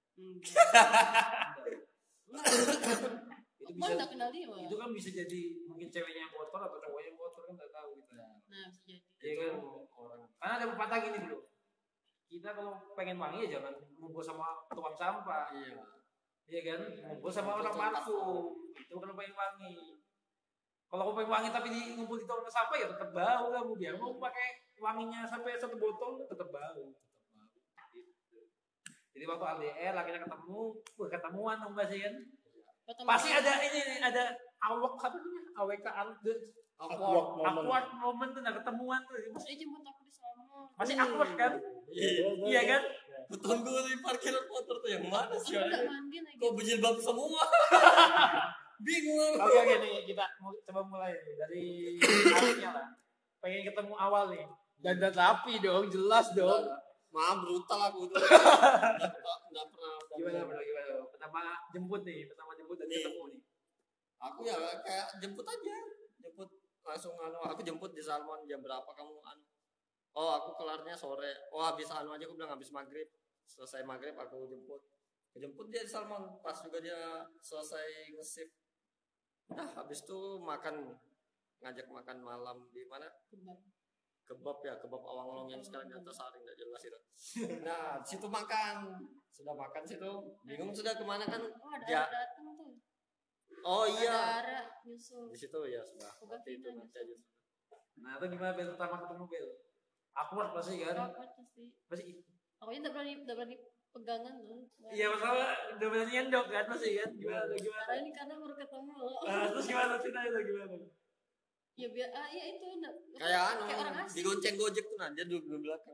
Itu Aku bisa nggak kenal dia malah. itu kan bisa jadi mungkin ceweknya yang kotor atau cowoknya yang kotor kan nggak tahu gitu. Ya. Nah, bisa jadi. Iya Itu kan? orang. Karena ada pepatah gini bro. Kita kalau pengen wangi ya jangan ngumpul sama tukang sampah. Iya. Iya kan? Ngumpul sama orang parfum. Itu kan pengen wangi. Kalau kamu pengen wangi tapi di ngumpul di tukang sampah ya tetap bau kamu. Biar mau pakai wanginya sampai satu botol tetap bau. Gitu. Jadi waktu L D R akhirnya ketemu, wah ketemuan dong pasti kan? Pertama Pasti kali- ada ini nih, ada awak apa namanya? A W K awkward Awkward moment. awkward moment tuh nah ketemuan tuh. Dia jemput aku di Salmon. Masih awkward kan? Iya. Iya kan? Tunggu di parkiran motor tuh yang mana sih? Aku nggak mandi lagi. Kok berjilbab semua? Bingung. Oke oke nih kita mau coba mulai nih, dari awalnya lah. Pengen ketemu awal nih. Dandan rapi dong, jelas dong. Maaf brutal aku tuh. Nggak pernah- nggak pernah. Gimana bro? Gimana? Bro? Pertama jemput nih, pertama jemput dan Nih. ketemu nih. Aku ya kayak jemput aja. Jemput langsung anu. Aku jemput di Salmon jam berapa kamu anu? Oh aku kelarnya sore. Oh habis anu aja aku bilang habis maghrib. Selesai maghrib aku jemput. Jemput dia di Salmon. Pas juga dia selesai nge-shift. Nah habis itu makan, ngajak makan malam di mana? Kebab. Kebab ya, kebab awang-awang yang sekarang di atas hari nggak jelas itu. Nah di situ makan, sudah makan situ, bingung sudah kemana kan? Oh, ada Ya. ada datang tuh. Oh Ada iya, Ara nyusul. di situ ya sudah. Udah Nanti itu kita nanti aja. Nah itu gimana Bel pertama ketemu Bel? Awkward pasti kan? Awkward pasti. Pasti. Aku nggak berani nggak berani pegangan tuh. Iya pertama udah berani nyendok kan pasti kan? Gimana? Gimana? Karena ini karena baru ketemu loh. Nah, terus gimana ceritanya tuh gimana? Ya biar ah iya itu nggak Kayak anu, kayak orang asing. digonceng gojek tuh nah, dia duduk di belakang.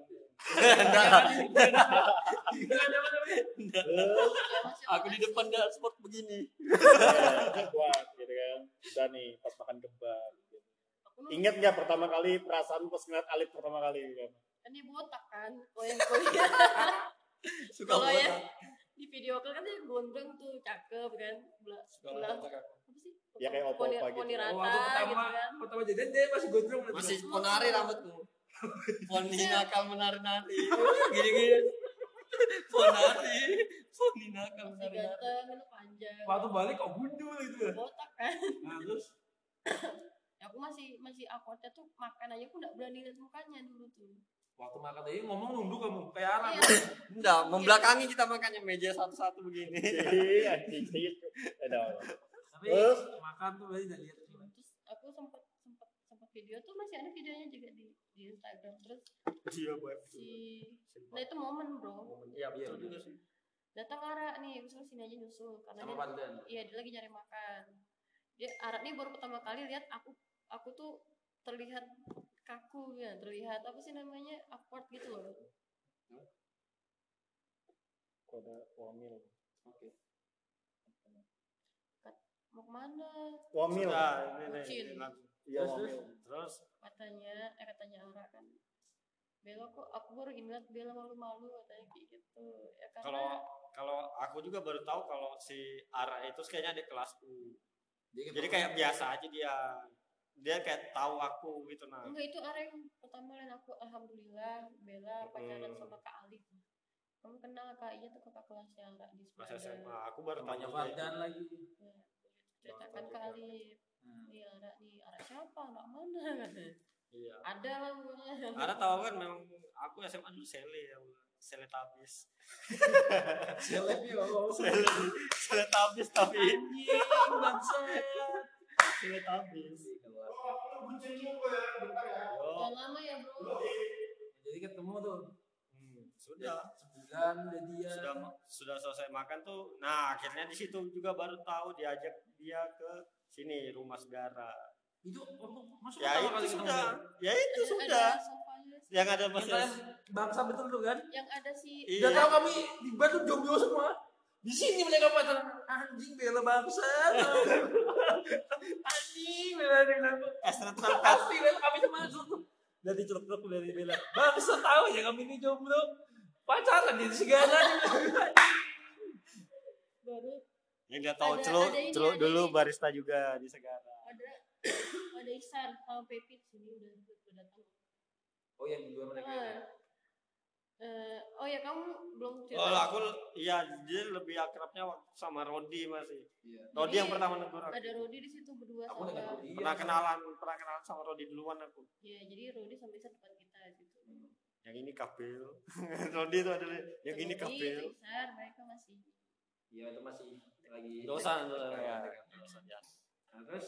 Gimana namanya? Ya, masih Aku orang di depan dashboard begini. Kuat gitu kan. Udah nih pas makan kebab. Gitu. Aku nu- Ingat nggak pertama kali perasaan pas ngeliat Alif pertama kali kan? kan dia botak kan. Oh yang kuliah. Suka Kalau ya botak. di video call kan dia gondrong tuh cakep kan. Belah Suka belah botak aku. apa sih? Ya, kayak Poni- opa-opa gitu. Poni Oh, rata waktu pertama gitu kan. pertama jadian dia masih gondrong berarti. Masih ponari rambutku. Poni nakal menari-nari. Gini-gini. Ponari. Poni nakal Masih menari-nari. ganteng, itu panjang. Waktu balik kok gundul gitu kan? Botak kan. Nah terus Ya, aku masih masih awkwardnya tuh makan aja aku nggak berani lihat mukanya dulu tuh. Waktu makan tadi ngomong nunduk kamu kayak Arab. Iya. Enggak, membelakangi kita makanya meja satu-satu begini. Iya, anjing gitu. Ada. Tapi Terus? makan tuh berarti udah lihat sih. Terus aku sempat sempat sempat video tuh masih ada videonya juga di di Instagram. Terus Iya, buat. si nah itu momen bro, Iya, betul juga sih. datang Ara nih, usul sini aja nyusul karena Sama dia, Pandan. iya dia lagi nyari makan. Dia Ara nih baru pertama kali lihat aku aku tuh terlihat kaku ya, terlihat apa sih namanya awkward gitu loh. Kode wamil. Oke. Mau kemana? Wamil. Nah, ini nih. Bucin. ini langsung. Iya, Terus, wamil. Terus Katanya, eh katanya Ara kan, Bella kok aku baru ingat Bella malu-malu katanya kayak gitu. Ya karena kalau kalau aku juga baru tahu kalau si Ara itu kayaknya adik kelasku. Jadi kayak biasa aja dia. Dia kayak tahu aku gitu nah. enggak, itu Ara yang pertama lain aku alhamdulillah Bella pacaran Hmm. sama Kak Alif. Kamu kenal Kak Iya tuh kakak kelasnya Ara di Pas sekolah. S M A aku baru tahu Banyak dia Fardan itu. lagi. Ya, ceritakan ke Alif. Hmm. Nih Ara nih, Ara siapa? Anak mana katanya. Iya. Ada lah pokoknya. Ara tahu kan memang aku S M A dulu sele ya. Sele tabis. Seleb yo. Sele sele tabis tapi Anjing bangsa. sele tabis. Yo. Udah lama ya bro. Jadi ketemu tuh Hmm, sudah sebulan udah dia. sudah sudah selesai makan tuh. Nah, akhirnya di situ juga baru tahu diajak dia ke sini rumah saudara. Itu oh, masuk Ya pertama kali itu ketemu sudah. dia. Ya itu Ada- sudah. ada sofanya sih. Yang ada Yang masih kalian bangsa betul tuh kan? Yang ada si Iya. Udah tahu kami di Batu jomblo semua. Di sini mereka pacaran. Anjing Bella bangsa. Anjing Bella dia bilang. Astral Pasti Bella kami masuk tuh. Dari celuk-celuk dari Bella. Bangsa tahu ya kami ini jomblo. Pacaran di segala. baru yang dia tahu Ada- celuk ada ini, celuk ada dulu ini. barista juga di Segara. ada ada Iksan sama Pepi di sini udah udah datang. Oh yang dua mereka. Ah. Eh, oh ya kamu belum cerita. Oh aku iya dia lebih akrabnya waktu sama Rodi masih. Iya. Rodi Jadi, yang pertama negur aku. Ada Rodi di situ berdua Aku sama. dengan Rodi. Pernah kenalan pernah kenalan sama Rodi duluan aku. Ya jadi Rodi sama Iksan depan kita gitu. Yang ini Kapil. Rodi itu adalah yang ini Rodi, Kapil. Iksan mereka masih. Iya itu masih lagi. Dosan dosan ya. Dosan, ya. Nah, terus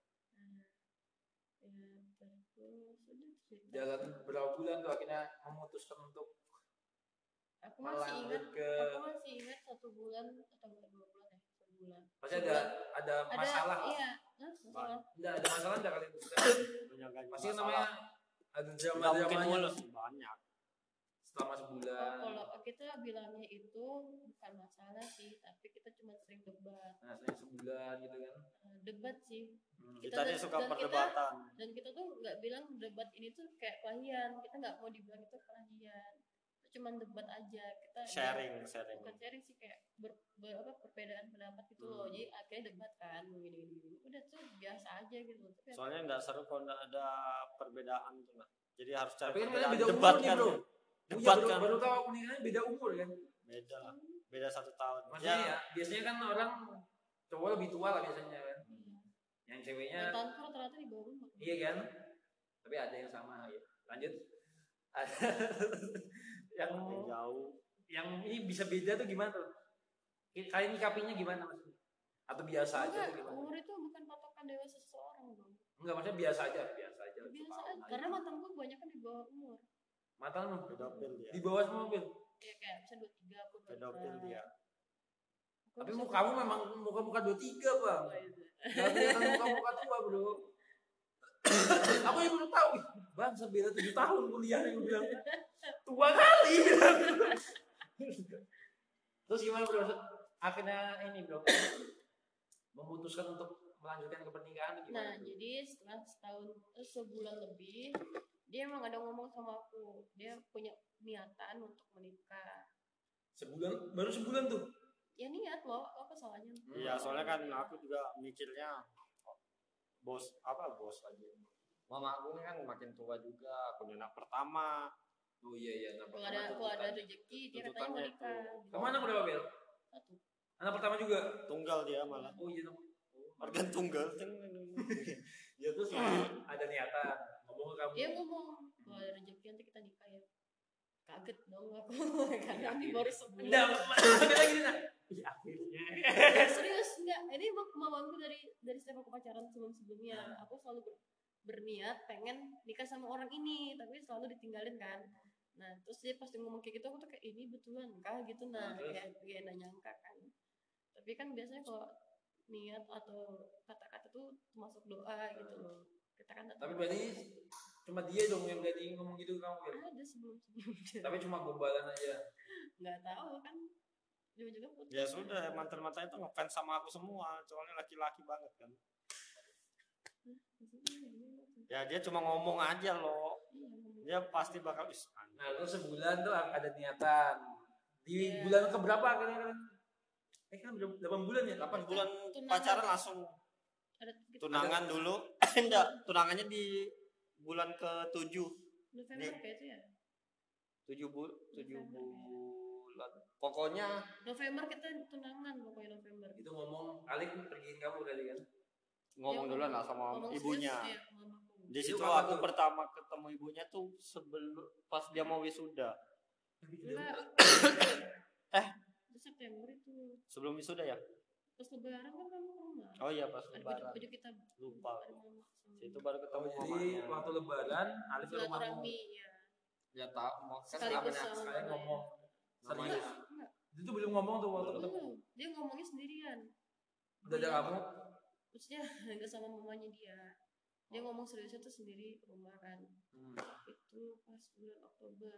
eh, ya terus udah cerita. jalan berapa bulan tuh akhirnya memutuskan untuk Aku masih ingat, melanjut ke aku masih ingat satu bulan atau enggak dua bulan ya, satu bulan. pasti ada ada Ada, masalah. iya, Hah, masalah. Enggak ada masalah enggak kali itu? Menyangkanya Pasti masalah. namanya ada drama Nggak mungkin dramanya mulus banyak. selama Oh, sebulan. kalau kita bilangnya itu bukan masalah sih, tapi kita cuma sering debat. Nah, saya sebulan gitu kan. Nah, debat sih. Hmm. Kita nih dan- suka dan kita- perdebatan. Dan kita tuh nggak bilang debat ini tuh kayak kelahian. Kita nggak mau dibilang itu kelahian. Itu cuma debat aja. Kita Sharing, sharing. bukan sharing sih kayak ber, ber- apa perbedaan pendapat gitu loh. Hmm. Jadi akhirnya debat kan gini gini gini. Udah tuh biasa aja gitu. Tapi Soalnya nggak seru kalau nggak ada perbedaan tuh lah. Jadi harus cari Tapi kan perbedaan. beda umur Debat nih, kan. Bro. Debat Iya, baru, kan. baru tahu aku nih beda umur kan. Beda lah. Beda satu tahun. Maksudnya Ya, ya, biasanya kan orang cowok lebih tua lah biasanya kan. Yang ceweknya mantanku rata-rata di bawah umur. iya kan. Tapi ada yang sama ya. Lanjut. Ada yang yang jauh. yang ini bisa beda tuh gimana tuh? Kalian nyikapinya gimana maksudnya? Atau biasa aja Enggak, tuh gimana? umur itu bukan patokan dewasa seseorang bro. Enggak, maksudnya biasa aja, biasa aja. Biasa aja. Karena mantanku kebanyakan di bawah umur. Matamu Pedofil dia. di bawah semua mobil. Ya kayak bisa dua tiga aku dua Pedofil tiga. dia. Aku Tapi bisa muka kamu memang muka muka dua tiga bang. dua itu. Gak kelihatan muka muka tua bro. Aku yang baru tahu. Ih, bang sebeda tujuh tahun kuliah yang bilang tua kali. Terus gimana bro? Akhirnya ini bro memutuskan untuk melanjutkan ke pernikahan atau Nah, gimana? tuh? jadi setelah setahun eh, sebulan lebih dia emang ada ngomong sama aku. Dia punya niatan untuk menikah. Sebulan baru sebulan tuh. Ya niat loh, apa salahnya? Iya, soalnya kan aku juga mikirnya bos apa bos aja. Mama aku ini kan makin tua juga, aku anak pertama. Oh iya iya. Nah, Kalau ada kalau ada rezeki dia katanya mau Tuntutannya nikah. Kemana aku udah Bel? Satu. Anak pertama juga. Tunggal dia malah. Oh iya dong. Organ tunggal. Ya terus ada niatan ngomong ke kamu. Dia ngomong kalau ada rezeki nanti kita nikah ya. Kaget dong aku karena ini baru sebulan. Enggak, maksudnya lagi nah. Iya akhirnya. Ya, serius enggak, ini emang kemauanku dari dari setiap aku pacaran sebelum sebelumnya. Aku selalu ber, berniat pengen nikah sama orang ini, tapi selalu ditinggalin kan. Nah terus dia pasti ngomong kayak gitu, aku tuh kayak ini betulan kah gitu, nah kayak kayak nggak nyangka kan. Tapi kan biasanya kalau niat atau kata-kata tuh termasuk doa gitu loh. Kita kan tak Tapi tahu. berarti cuma dia dong yang berani ngomong gitu ke kamu ya. Ada sebelum sebelumnya. Tapi cuma gombalan aja. Nggak tahu kan. Juga-juga putus. Ya sudah, mantan-mantan itu ngefans sama aku semua, soalnya laki-laki banget kan. Ya dia cuma ngomong aja loh. Dia pasti bakal is. Nah itu sebulan tuh ada niatan. Di Iya. bulan keberapa akhirnya kan? Eh kan udah delapan bulan ya? delapan bulan Tunangan. pacaran langsung Ada gitu. tunangan dulu. Enggak, tunangannya di bulan ke tujuh. November kayak itu ya. tujuh bu tujuh bulan. Pokoknya November kita tunangan pokoknya November. Itu ngomong Alif pergiin kamu tadi kan? ngomong Dia duluan lah sama ngomong ibunya. serius, iya, sama mamaku. Di situ Itu kapan aku tuh? pertama ketemu ibunya tuh sebelum pas dia mau wisuda. Enggak. Eh. Itu September itu. Sebelum wisuda ya? Pas lebaran kan kamu ke rumah. Oh iya pas Ada lebaran. baju-baju kita Lupa. ada mama sama Itu baru ketemu Jadi mamanya. waktu lebaran Alif ke rumahmu. silaturahmi ya. Ya tak mau kan Sekaligus namanya sama Sekalian mamanya. ngomong. namanya Serius. Enggak. Itu belum ngomong tuh waktu ketemu. Belum. Dia ngomongnya sendirian. Udah ada Dia- kamu. Maksudnya enggak sama mamanya dia. Dia ngomong seriusnya tuh sendiri ke rumah kan. Hmm. Itu pas bulan Oktober.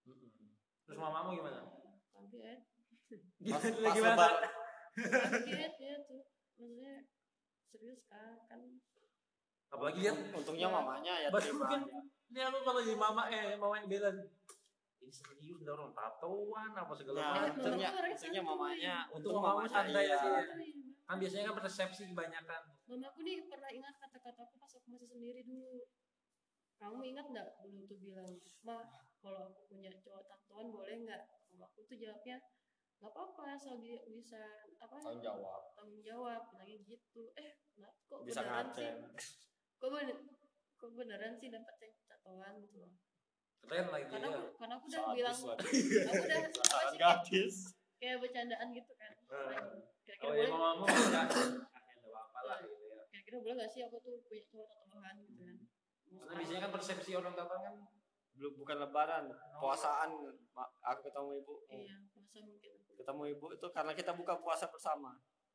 Terus mamamu gimana? Kaget. pas, Gitu, pas gimana? lebaran. Kaget ya tuh. Maksudnya serius kan kan Apalagi dia Untungnya mamanya ya Baru terima mungkin aja. ini aku kalau jadi mama eh mamanya Belan. Ini serius udah orang tatoan apa segala Nah, macam. untungnya Mamaku orangnya untungnya santuy. mamanya Untung mamamu santai iya. aja ya. Oh, iya. Kan biasanya kan persepsi kebanyakan. Mamaku nih pernah ingat kata-kataku pas aku masih sendiri dulu. Kamu ingat nggak dulu tuh bilang, "Ma, kalau aku punya cowok tatoan boleh nggak?" Mamaku tuh jawabnya, "Nggak apa-apa, asal dia bisa apa? Tanggung jawab. Tanggung jawab." Bilangnya gitu. Eh, nah, kok Bisa beneran sih? ngaten. Kok bener, kok beneran sih dapat tatoan gitu loh? Keren lah itu Karena ya. aku, karena aku udah Sadis bilang, lagi. aku udah apa Sangat sih, kayak, gadis. kayak bercandaan gitu kan. Kira-kira Oh ya boleh, mamamu ya. Ah, enggak apa-apa lah gitu ya. kira-kira boleh nggak sih aku tuh punya cowok tatoan gitu kan? Karena biasanya kan persepsi orang tatoan kan Belum bukan lebaran, puasaan. Ma- Aku ketemu ibu. Iya, masa mungkin aku. Ketemu ibu itu karena kita buka puasa bersama.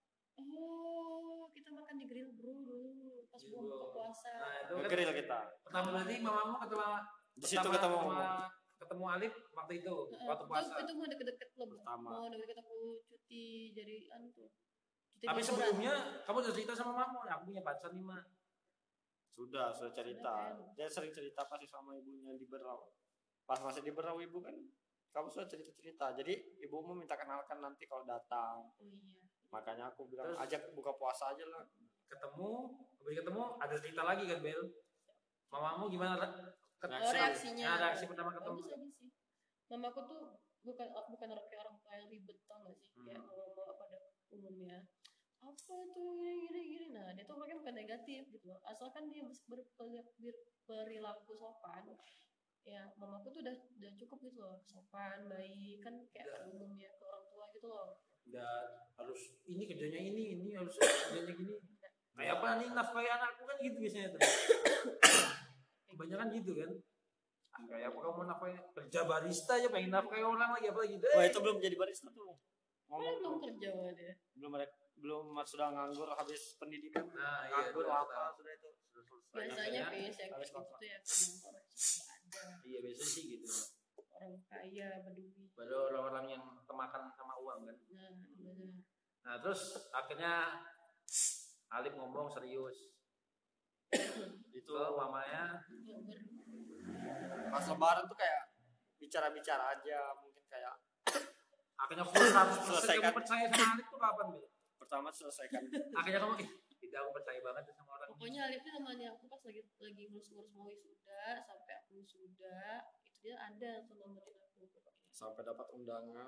Oh, kita makan di grill bro dulu pas Grill buka bro. puasa. nah itu kan Ngegril kita. pertama berarti mamamu ketemu Di situ pertama- ketemu pertama ketemu Alif waktu itu Heeh, waktu itu- puasa. Itu mau deket-deket loh. Pertama. Mau deket-deket aku cuti jadi anu tuh. Cuti Tapi liburan. sebelumnya kamu udah cerita sama mamamu, aku punya pacar nih mah. Sudah, sudah cerita. Sudah, kan? Dia sering cerita pasti sama ibunya di Berau. Pas masih di Berau ibu kan, kamu sudah cerita-cerita. Jadi ibumu minta kenalkan nanti kalau datang. Oh iya. Makanya aku bilang Terus? ajak buka puasa aja lah. Ketemu, habis ketemu ada cerita lagi kan Bel. Mamamu gimana? Ket- Oh, reaksinya. Nah, reaksi pertama ketemu. Bagus aja sih. Mamaku tuh bukan bukan orang kayak orang tua yang ribet tau gak sih? Kayak Hmm. ngomong pada umumnya. Apa tuh gini gini gini. Nah, dia tuh orangnya bukan negatif gitu loh. Asalkan dia ber, ber, berperilaku sopan. Ya, mamaku tuh udah udah cukup gitu loh. Sopan, baik, kan kayak pada umumnya ke orang tua gitu loh. Udah harus ini kerjanya ini, ini harus kerjanya gini. Kayak apa nih nafkahi anakku kan gitu biasanya tuh. Kebanyakan gitu kan. Ah, kayak apa kamu nafkahi kerja barista aja pengen nafkahi orang lagi apa lagi. Wah itu belum jadi barista tuh. Kan Ngomong belum tuh. kerja sama dia. Belum ada, belum sudah nganggur habis pendidikan. Nah, iya, nganggur itu apa sudah itu. Biasanya Biasanya face yang habis gitu kontrak. tuh ya orang ada. Iya biasanya sih gitu. Orang kaya, berdui. Baru orang-orang yang temakan sama uang kan. Nah, benar. Nah terus akhirnya Alif ngomong serius. Itu Ke mamanya. Oktober. pas lebaran tuh kayak bicara-bicara aja mungkin kayak Akhirnya full seratus persen Selesaikan. kamu percaya sama Alif tuh kapan Bel? pertama selesaikan. Akhirnya kamu ih tidak aku percaya banget sama orang ini. Pokoknya Alif tuh namanya aku pas lagi lagi ngurus-ngurus mau wisuda sampai aku wisuda itu dia ada tuh nemenin aku pokoknya. Sampai dapat undangan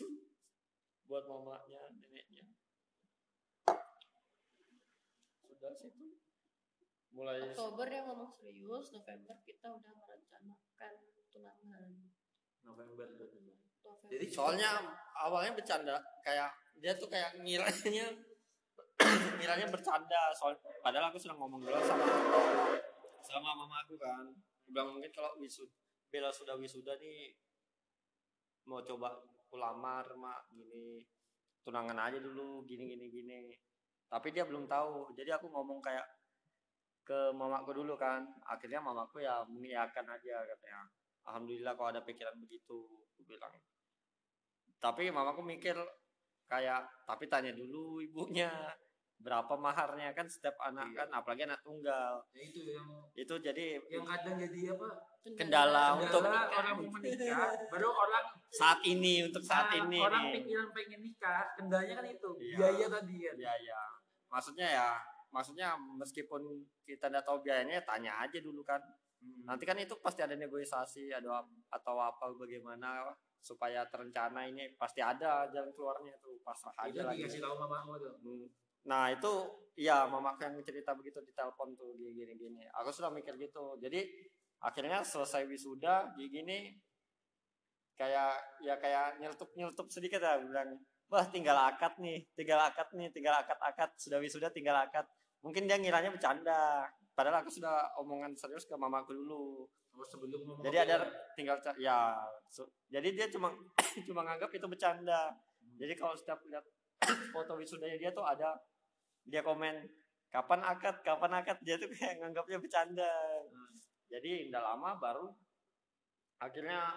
buat mamanya, neneknya. Sudah situ. mulai Oktober dia ngomong serius, November kita udah merencanakan tunangan. November tuh. November. Jadi soalnya awalnya bercanda kayak dia tuh kayak ngiranya ngiranya bercanda soal padahal aku sedang ngomong dulu sama sama mama aku kan. Dia bilang mungkin kalau wisud Bella sudah wisuda nih mau coba aku lamar mak gini tunangan aja dulu gini gini gini tapi dia belum tahu jadi aku ngomong kayak ke mamaku dulu kan akhirnya mamaku ya mengiyakan aja katanya alhamdulillah kalau ada pikiran begitu aku bilang tapi mamaku mikir kayak tapi tanya dulu ibunya berapa maharnya kan setiap anak Iya. kan apalagi anak tunggal ya itu yang itu jadi yang kadang jadi apa? kendala untuk Kendala orang mau menikah, baru orang saat ini untuk saat nah, ini orang nih. pikiran pengen nikah, kendalanya kan itu Iya. biaya tadi kan. biaya maksudnya ya maksudnya meskipun kita nggak tahu biayanya tanya aja dulu kan Hmm. nanti kan itu pasti ada negosiasi ada ap- atau apa bagaimana supaya terencana ini pasti ada jalan keluarnya tuh pasrah Itu aja lagi dikasih tahu mamamu tuh. Hmm. Nah itu iya mamaku yang cerita begitu di telepon tuh gini gini gini aku sudah mikir gitu jadi akhirnya selesai wisuda gini gini kayak ya kayak nyeletuk nyeletuk sedikit ya bilang wah tinggal akad nih tinggal akad nih tinggal akad akad sudah wisuda tinggal akad mungkin dia ngiranya bercanda padahal aku sudah omongan serius ke mamaku dulu Terus sebelum ngomong jadi ada apa, tinggal ca- ya su- jadi dia cuma cuma nganggap itu bercanda jadi kalau setiap lihat foto wisudanya dia tuh ada dia komen kapan akad kapan akad dia tuh kayak nganggapnya bercanda jadi tidak lama baru akhirnya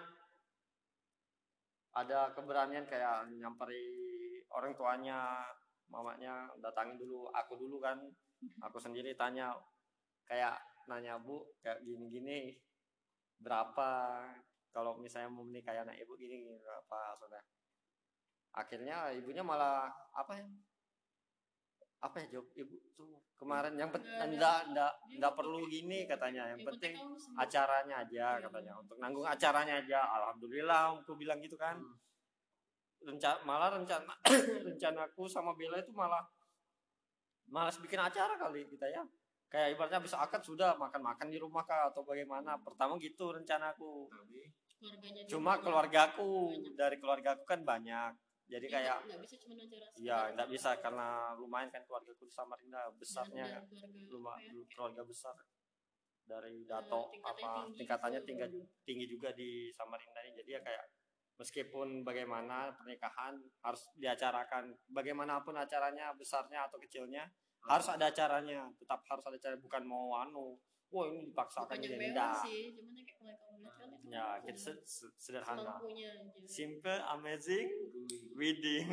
ada keberanian kayak nyamperi orang tuanya mamanya datangin dulu aku dulu kan aku sendiri tanya kayak nanya bu kayak gini-gini berapa kalau misalnya mau menikahi anak ibu gini, gini berapa sudah akhirnya ibunya malah apa ya apa ya jawab ibu tuh kemarin yang penting Nggak ada. enggak enggak Dia enggak nggak perlu gini katanya yang Yang penting kamu sembuh. acaranya aja Iya. katanya untuk nanggung acaranya aja alhamdulillah aku bilang gitu kan rencana malah rencana rencanaku sama Bella itu malah malas bikin acara kali kita ya kayak ibaratnya bisa akad sudah makan-makan di rumah kah atau bagaimana pertama gitu rencanaku Keluarganya dia cuma banyak. keluargaku Banyak. dari keluargaku kan banyak jadi Dia kayak nggak- nggak bisa cuma acara ya sekali. nggak bisa karena lumayan kan keluargaku di Samarinda besarnya Dan- dan keluarga rumah apa ya, keluarga besar dari Dato tingkatnya apa tinggi tingkatannya gitu. tinggi tinggi juga di Samarinda ini jadi ya kayak meskipun bagaimana pernikahan harus diacarakan bagaimanapun acaranya besarnya atau kecilnya harus ada acaranya tetap harus ada acara bukan mau anu wah ini dipaksakan bukan yang jadi mewah enggak sih cuman yang kayak mulai kamu lihat kan itu ya kan kita se- se- sederhana semampunya aja. simple amazing wedding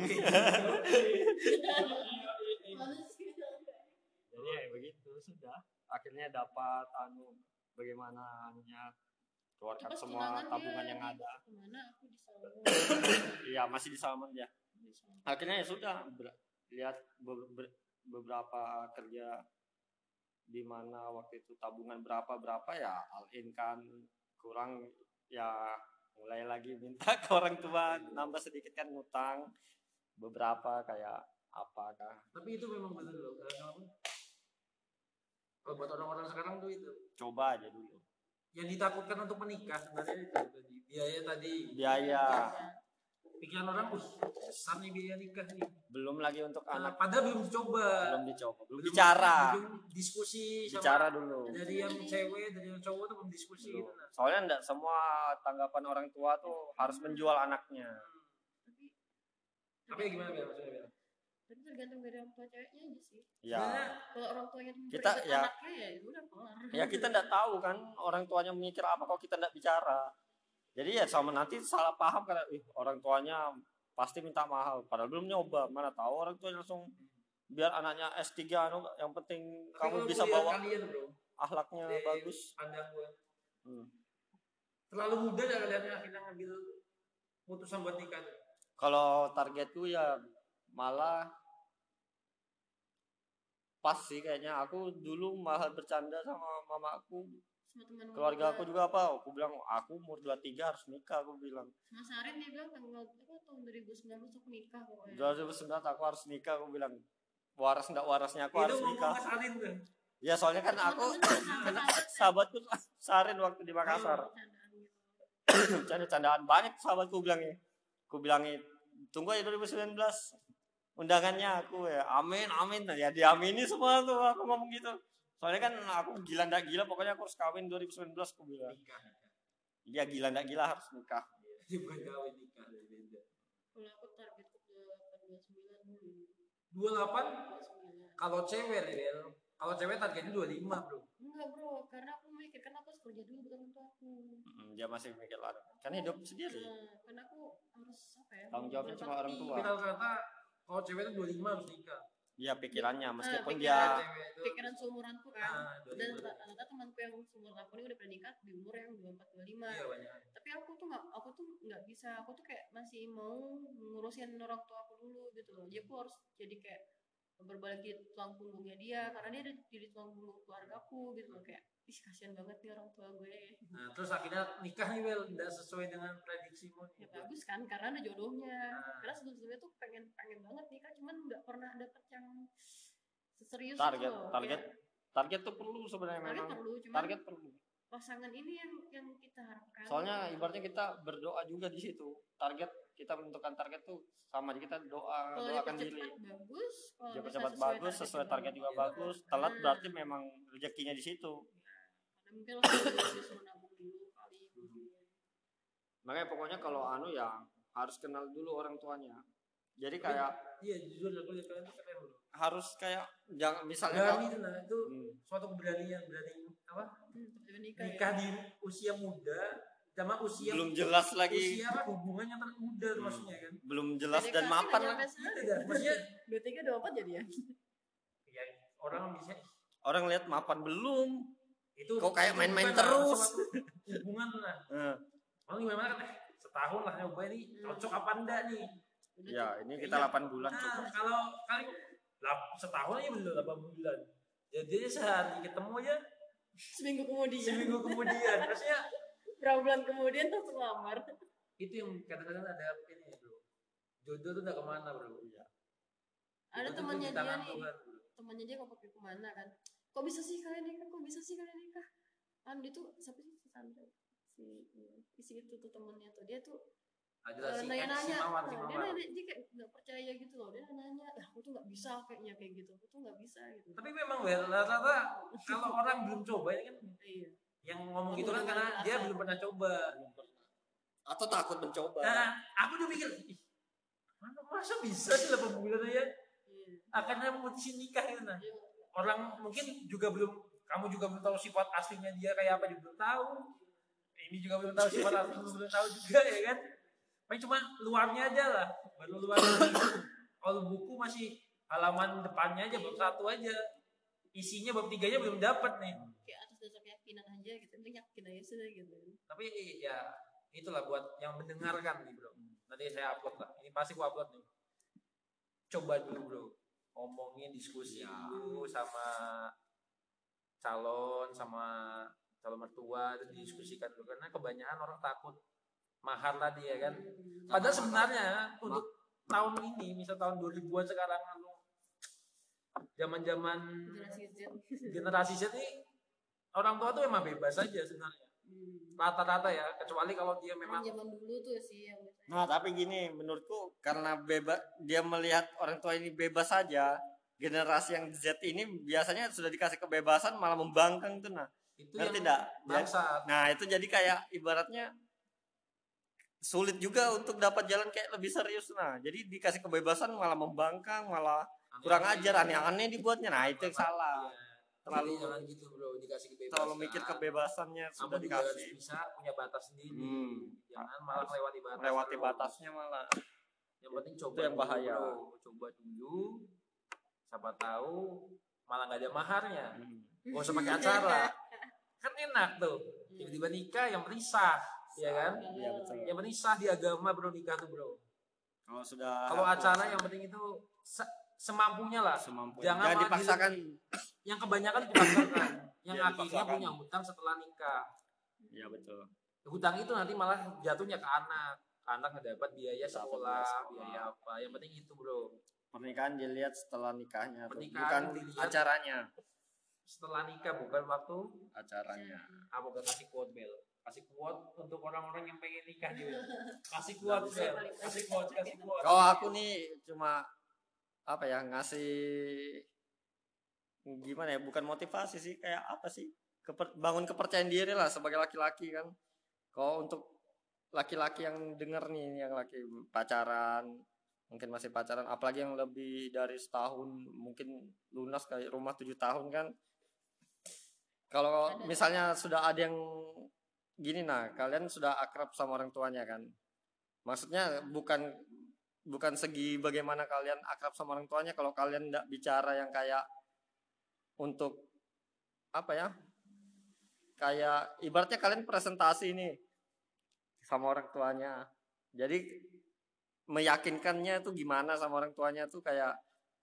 Mana sih? jadi ya begitu sudah akhirnya dapat anu bagaimana anunya keluarkan Pas semua tunangan tabungan dia yang di- ada Kemana aku di Salmon. iya masih di Salmon ya Di Salmon. akhirnya ya sudah ber- lihat be- be- beberapa kerja di mana waktu itu tabungan berapa berapa ya all in kan kurang ya mulai lagi minta ke orang tua nambah sedikit kan ngutang beberapa kayak apakah tapi itu memang benar loh karena apa? Kalau buat orang-orang sekarang tuh itu coba aja dulu yang ditakutkan untuk menikah sebenarnya itu tadi biaya tadi biaya pikiran orang wih besar nih biaya nikah nih belum lagi untuk Nah, anak padahal belum dicoba belum dicoba belum bicara belum diskusi sama bicara dulu dari yang cewek dari yang cowok tuh belum diskusi Belum. gitu nah. soalnya enggak semua tanggapan orang tua tuh harus menjual anaknya Tapi tapi gimana biar maksudnya biar tapi tergantung dari orang tua ceweknya aja sih. ya Kalau orang tuanya Kita, memperibet ya. anaknya ya udah kelar. ya kita enggak tahu kan orang tuanya mikir apa kalau kita enggak bicara jadi ya sama nanti salah paham karena ih, orang tuanya pasti minta mahal padahal belum nyoba mana tahu orang tuanya langsung biar anaknya S tiga anu yang penting Tapi kamu kalau bisa kuliah bawa kalian bro akhlaknya dari bagus pandang gue Hmm. terlalu muda ya kalian akhirnya ngambil putusan buat nikah tuh. Kalau targetku ya malah pas sih kayaknya aku dulu malah bercanda sama mamaku Sama teman keluarga aku juga apa aku bilang aku umur dua puluh tiga harus nikah aku bilang Mas Arin dia bilang tanggal apa tahun dua ribu sembilan belas aku nikah pokoknya. dua ribu sembilan belas aku harus nikah aku bilang waras ndak warasnya aku Itu harus ngomong nikah Mas Arin tuh Ya soalnya kan aku kan sahabatku Sarin waktu di Makassar. Canda-candaan banyak sahabatku bilangnya. Aku bilangnya tunggu aja dua ribu sembilan belas undangannya aku ya. Amin amin. Ya diamini semua tuh aku ngomong gitu. Soalnya kan aku gila ndak gila pokoknya aku harus kawin dua ribu sembilan belas aku bilang. Iya gila ndak gila harus nikah. Bukan kawin nikah beda. Kalau aku target ke delapan dua sembilan dulu. dua puluh delapan dua puluh sembilan. kalau cewek Bel. Kalau cewek targetnya dua puluh lima, Bro. Enggak bro, karena aku mikir kan aku harus kerja dulu buat orang tua aku. Hmm, dia masih mikir lah. Kan hidup sendiri. Nah, karena aku harus apa ya? Tanggung jawabnya cuma orang tua. Tapi kalau kata kalau cewek itu dua puluh lima harus nikah. Iya pikirannya meskipun Ah, dia Cewek itu pikiran seumuranku kan. Ah, dua puluh lima. Dan rata-rata temanku yang seumuran aku ini udah pernah nikah di umur yang dua puluh empat dua puluh lima. iya banyak. Tapi aku tuh nggak aku tuh nggak bisa, aku tuh kayak masih mau ngurusin orang tua aku dulu gitu loh. Jadi aku harus jadi kayak berbalik di tulang punggungnya dia karena dia ada jadi tulang punggung keluarga aku gitu loh, kayak ih kasihan banget nih orang tua gue. Nah, terus akhirnya nikah nih Bel, tidak sesuai dengan prediksimu. Ya bagus kan karena ada jodohnya. Nah. Karena sebelumnya tuh pengen pengen banget nikah cuman nggak pernah dapet yang serius target gitu loh. target Kayak, target tuh perlu sebenarnya target memang. perlu cuman Target perlu. pasangan ini yang yang kita harapkan. Soalnya ibaratnya kita berdoa juga di situ. Target kita menentukan target tuh sama aja kita doa kalau doakan diri. cepat bagus, kalau Cepat-cepat bisa bagus sesuai target juga bagus. Telat Nah. berarti memang rezekinya di situ. Ada mungkin lo disuruh nabung dulu kali. Makanya pokoknya kalau anu ya harus kenal dulu orang tuanya. Jadi kayak Iya, jujur aku lihat kalian tuh keren Bro. harus kayak jangan misalnya Berani kalau itu nah, itu Hmm. suatu keberanian, berani apa? Hmm, tiba-tiba nikah, Nikah ya. di usia muda sama usia belum jelas lagi, usia apa hubungan yang terlalu muda tuh Hmm. maksudnya kan. belum jelas P D K T dan nggak mapan nyampe lah. sana. Itu dah, maksudnya dua tiga dua empat jadi ya. ya, orang bisa Orang lihat mapan belum. itu Kok kayak itu main-main bukan terus? suatu hubungan lah. Eh, Orang gimana kan eh, setahun lah nyoba ini cocok apa enggak nih. Udah ya cukup. ini kita delapan bulan Nah, cukup. kalau kali lah, setahun aja belum delapan bulan. Jadinya sehari ketemu aja Seminggu kemudian. seminggu kemudian. Maksudnya Berapa bulan kemudian tuh lamar. itu yang kadang-kadang ada ini bro. Jodoh tuh udah kemana bro? Iya. Ada Itu tuh temannya di dia tangan nih. Tuhan, bro. Temannya dia kok pakai kemana kan? Kok bisa sih kalian nikah? Kok bisa sih kalian nikah? Kan dia tuh siapa sih si Sandra? Si si itu tuh temennya tuh dia tuh Adalah eh, si nanya-nanya. si Mawar, si Nah, dia Mawar. nanya, dia kayak nggak percaya gitu loh. Dia nanya, ah, aku tuh nggak bisa kayaknya kayak gitu. Aku tuh nggak bisa gitu. Tapi memang well, rata-rata kalau orang belum coba ini kan Iya. yang ngomong gitu kan karena dia belum pernah coba. Atau takut mencoba. Nah, aku tuh mikir, ih, mana masa bisa sih delapan bulan aja Iya. akhirnya memutusin nikah gitu nah. Iya. Orang mungkin juga belum, kamu juga belum tahu sifat aslinya dia kayak apa juga belum tahu. Ini juga belum tahu sifat aslinya belum tahu juga ya kan. Paling cuma luarnya aja lah, baru luarnya. Kalau buku masih halaman depannya aja bab satu aja, isinya bab tiganya belum dapat nih. Kayak atas dasar keyakinan aja gitu. Penting yakin aja sudah gitu. Tapi ya itulah buat yang mendengarkan nih bro. Nanti saya upload lah. Ini pasti gua upload nih. Coba dulu bro, ngomongin diskusi dulu sama calon sama calon mertua itu didiskusikan dulu karena kebanyakan orang takut mahar tadi ya kan. Padahal sebenarnya untuk tahun ini, misal tahun dua ribuan sekarang anu zaman-zaman Generasi Z. generasi Z ini orang tua tuh emang bebas saja sebenarnya. Hmm. Rata-rata ya, kecuali kalau dia Memang memang zaman dulu tuh sih yang biasanya. Nah tapi gini menurutku karena bebas dia melihat orang tua ini bebas saja. Generasi yang Z ini biasanya sudah dikasih kebebasan malah membangkang tuh nah. itu Ngerti yang tidak? bangsa. Nah itu jadi kayak ibaratnya sulit juga untuk dapat jalan kayak lebih serius nah. Jadi dikasih kebebasan malah membangkang, malah kurang ajar, aneh-aneh dibuatnya. Nah itu yang salah. Terlalu Terlalu jangan gitu bro, dikasih kebebasan. terlalu mikir kebebasannya Kamu sudah juga harus dikasih. bisa punya batas sendiri. Hmm. Jangan malah melewati batas. Lewati bro. batasnya malah. Yang penting coba Itu yang dulu, bahaya. bro. Coba dulu. Siapa tahu malah nggak ada maharnya. Hmm. Gak usah pakai acara. Kan enak tuh. Tiba-tiba nikah yang penting sah, ya kan? Iya betul. Yang penting sah di agama bro nikah tuh bro. Kalau sudah Kalau acara yang penting itu se- semampunya lah. semampunya. Jangan Jangan malah dipaksakan. Yang kebanyakan dipaksakan. Yang Jangan akhirnya dipaksakan. punya hutang setelah nikah. Iya betul. Hutang itu nanti malah jatuhnya ke anak. Anak ngedapat biaya Dapat sekolah, biaya sekolah. biaya apa. Yang penting itu bro. Pernikahan dilihat setelah nikahnya, tuh. Pernikahan bukan dilihat acaranya. setelah nikah, bukan waktu acaranya. apa udah kasih quote Bel. Kasih quote untuk orang-orang yang pengen nikah juga. Kasih quote Bel. Kasih quote, kasih quote. Kalau aku nih cuma apa ya, ngasih gimana ya, bukan motivasi sih, kayak apa sih, Keper, bangun kepercayaan diri lah sebagai laki-laki kan. Kalau untuk laki-laki yang denger nih, yang laki pacaran, mungkin masih pacaran, apalagi yang lebih dari setahun, mungkin lunas kayak rumah tujuh tahun kan. Kalau misalnya sudah ada yang gini, nah kalian sudah akrab sama orang tuanya kan. Maksudnya bukan bukan segi bagaimana kalian akrab sama orang tuanya, kalau kalian tidak bicara yang kayak untuk apa ya, kayak ibaratnya kalian presentasi nih sama orang tuanya, jadi meyakinkannya tuh gimana sama orang tuanya tuh, kayak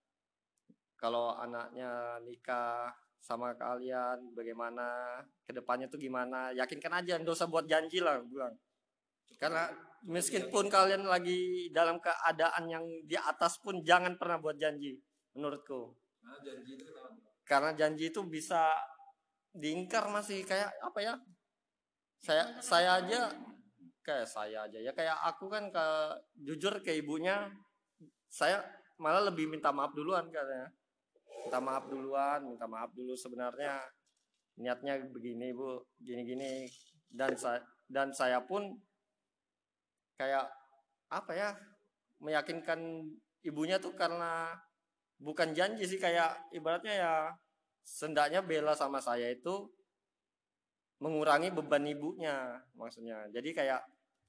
kalau anaknya nikah sama kalian bagaimana kedepannya tuh gimana, yakinkan aja, nggak usah buat janji lah bilang. Karena meskipun kalian lagi dalam keadaan yang di atas pun jangan pernah buat janji menurutku. Nah, janji itu kenapa? Karena janji itu bisa diingkar, masih kayak apa ya, saya saya aja kayak saya aja ya kayak aku kan ke jujur ke ibunya, saya malah lebih minta maaf duluan katanya. Minta maaf duluan, minta maaf dulu sebenarnya niatnya begini Bu, gini-gini, dan saya dan saya pun kayak apa ya, meyakinkan ibunya tuh karena bukan janji sih, kayak ibaratnya ya sendaknya Bella sama saya itu mengurangi beban ibunya maksudnya. Jadi kayak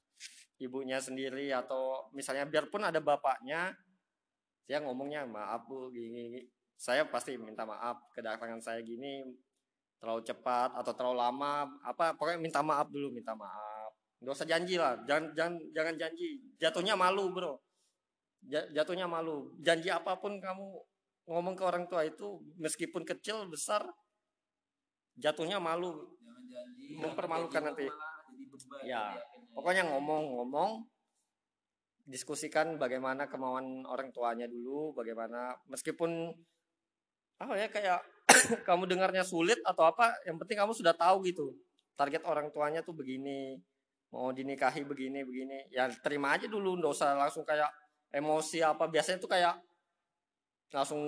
ibunya sendiri atau misalnya biarpun ada bapaknya, saya ngomongnya maaf Bu gini, gini. Saya pasti minta maaf kedatangan saya gini terlalu cepat atau terlalu lama, apa pokoknya minta maaf dulu, minta maaf. Nggak usah janji lah, jangan jangan jangan janji, jatuhnya malu bro, jatuhnya malu. Janji apapun kamu ngomong ke orang tua itu meskipun kecil besar, jatuhnya malu, Jangan janji, mempermalukan nanti. jadi beban, Ya pokoknya ngomong-ngomong, diskusikan bagaimana kemauan orang tuanya dulu, bagaimana meskipun apa ya kayak kamu dengarnya sulit atau apa, yang penting kamu sudah tahu gitu target orang tuanya tuh begini, mau dinikahi begini begini, ya terima aja dulu, nggak usah langsung kayak emosi apa, biasanya tuh kayak langsung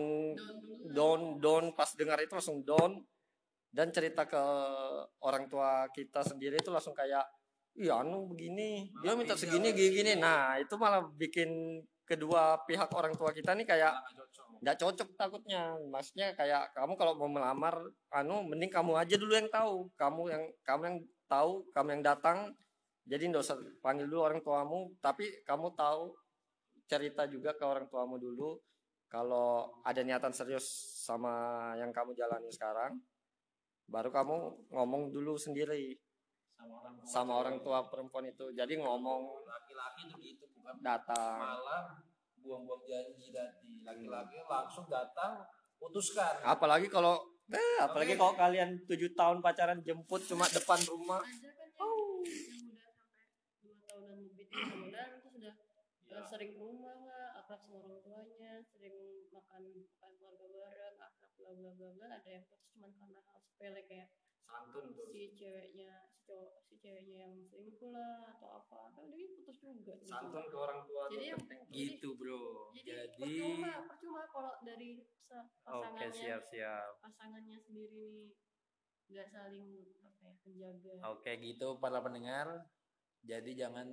down down pas dengar itu langsung down, dan cerita ke orang tua kita sendiri itu langsung kayak iya anu begini, dia minta segini gini gini, nah itu malah bikin kedua pihak orang tua kita nih kayak nggak cocok takutnya. Maksudnya kayak kamu kalau mau melamar anu mending kamu aja dulu yang tahu, kamu yang kamu yang tahu, kamu yang datang, jadi nggak usah panggil dulu orang tuamu, tapi kamu tahu cerita juga ke orang tuamu dulu kalau ada niatan serius sama yang kamu jalani sekarang, baru kamu ngomong dulu sendiri sama orang tua, sama orang tua perempuan itu. Jadi ngomong laki-laki tuh gitu, bukan datang, malah buang-buang janji tadi. Laki-laki langsung datang putuskan. apalagi kalau eh, apalagi kalau kalian tujuh tahun pacaran, jemput cuma depan rumah. Ada kan yang, yang udah sampai dua tahunan lebih, tiga tahunan itu sudah uh, sering ke rumah lah, akrab sama orang tuanya, sering makan makan keluarga bareng, akrab bla bla bla bla. Ada yang putus cuma karena hal sepele kayak Santun tuh. si ceweknya si cowok si ceweknya yang selingkuh lah atau apa, kan dia putus juga gitu. Santun ke orang tua Jadi tuh yang- penting. Gitu bro. Jadi, Jadi, percuma percuma kalau dari sa- oke pasangannya siap siap. pasangannya sendiri nih nggak saling apa ya menjaga. Oke gitu para pendengar. Jadi jangan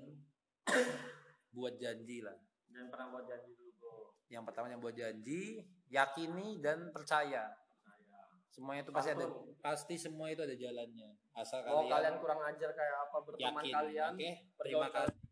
buat janji lah. Jangan pernah buat janji dulu bro. Yang pertama yang buat janji, yakini dan percaya. Semuanya itu pasti ada, pasti semua itu ada jalannya. Asal Oh kalian, kalian kurang ajar kayak apa berteman yakin. kalian, Oke, terima bergaul kasih.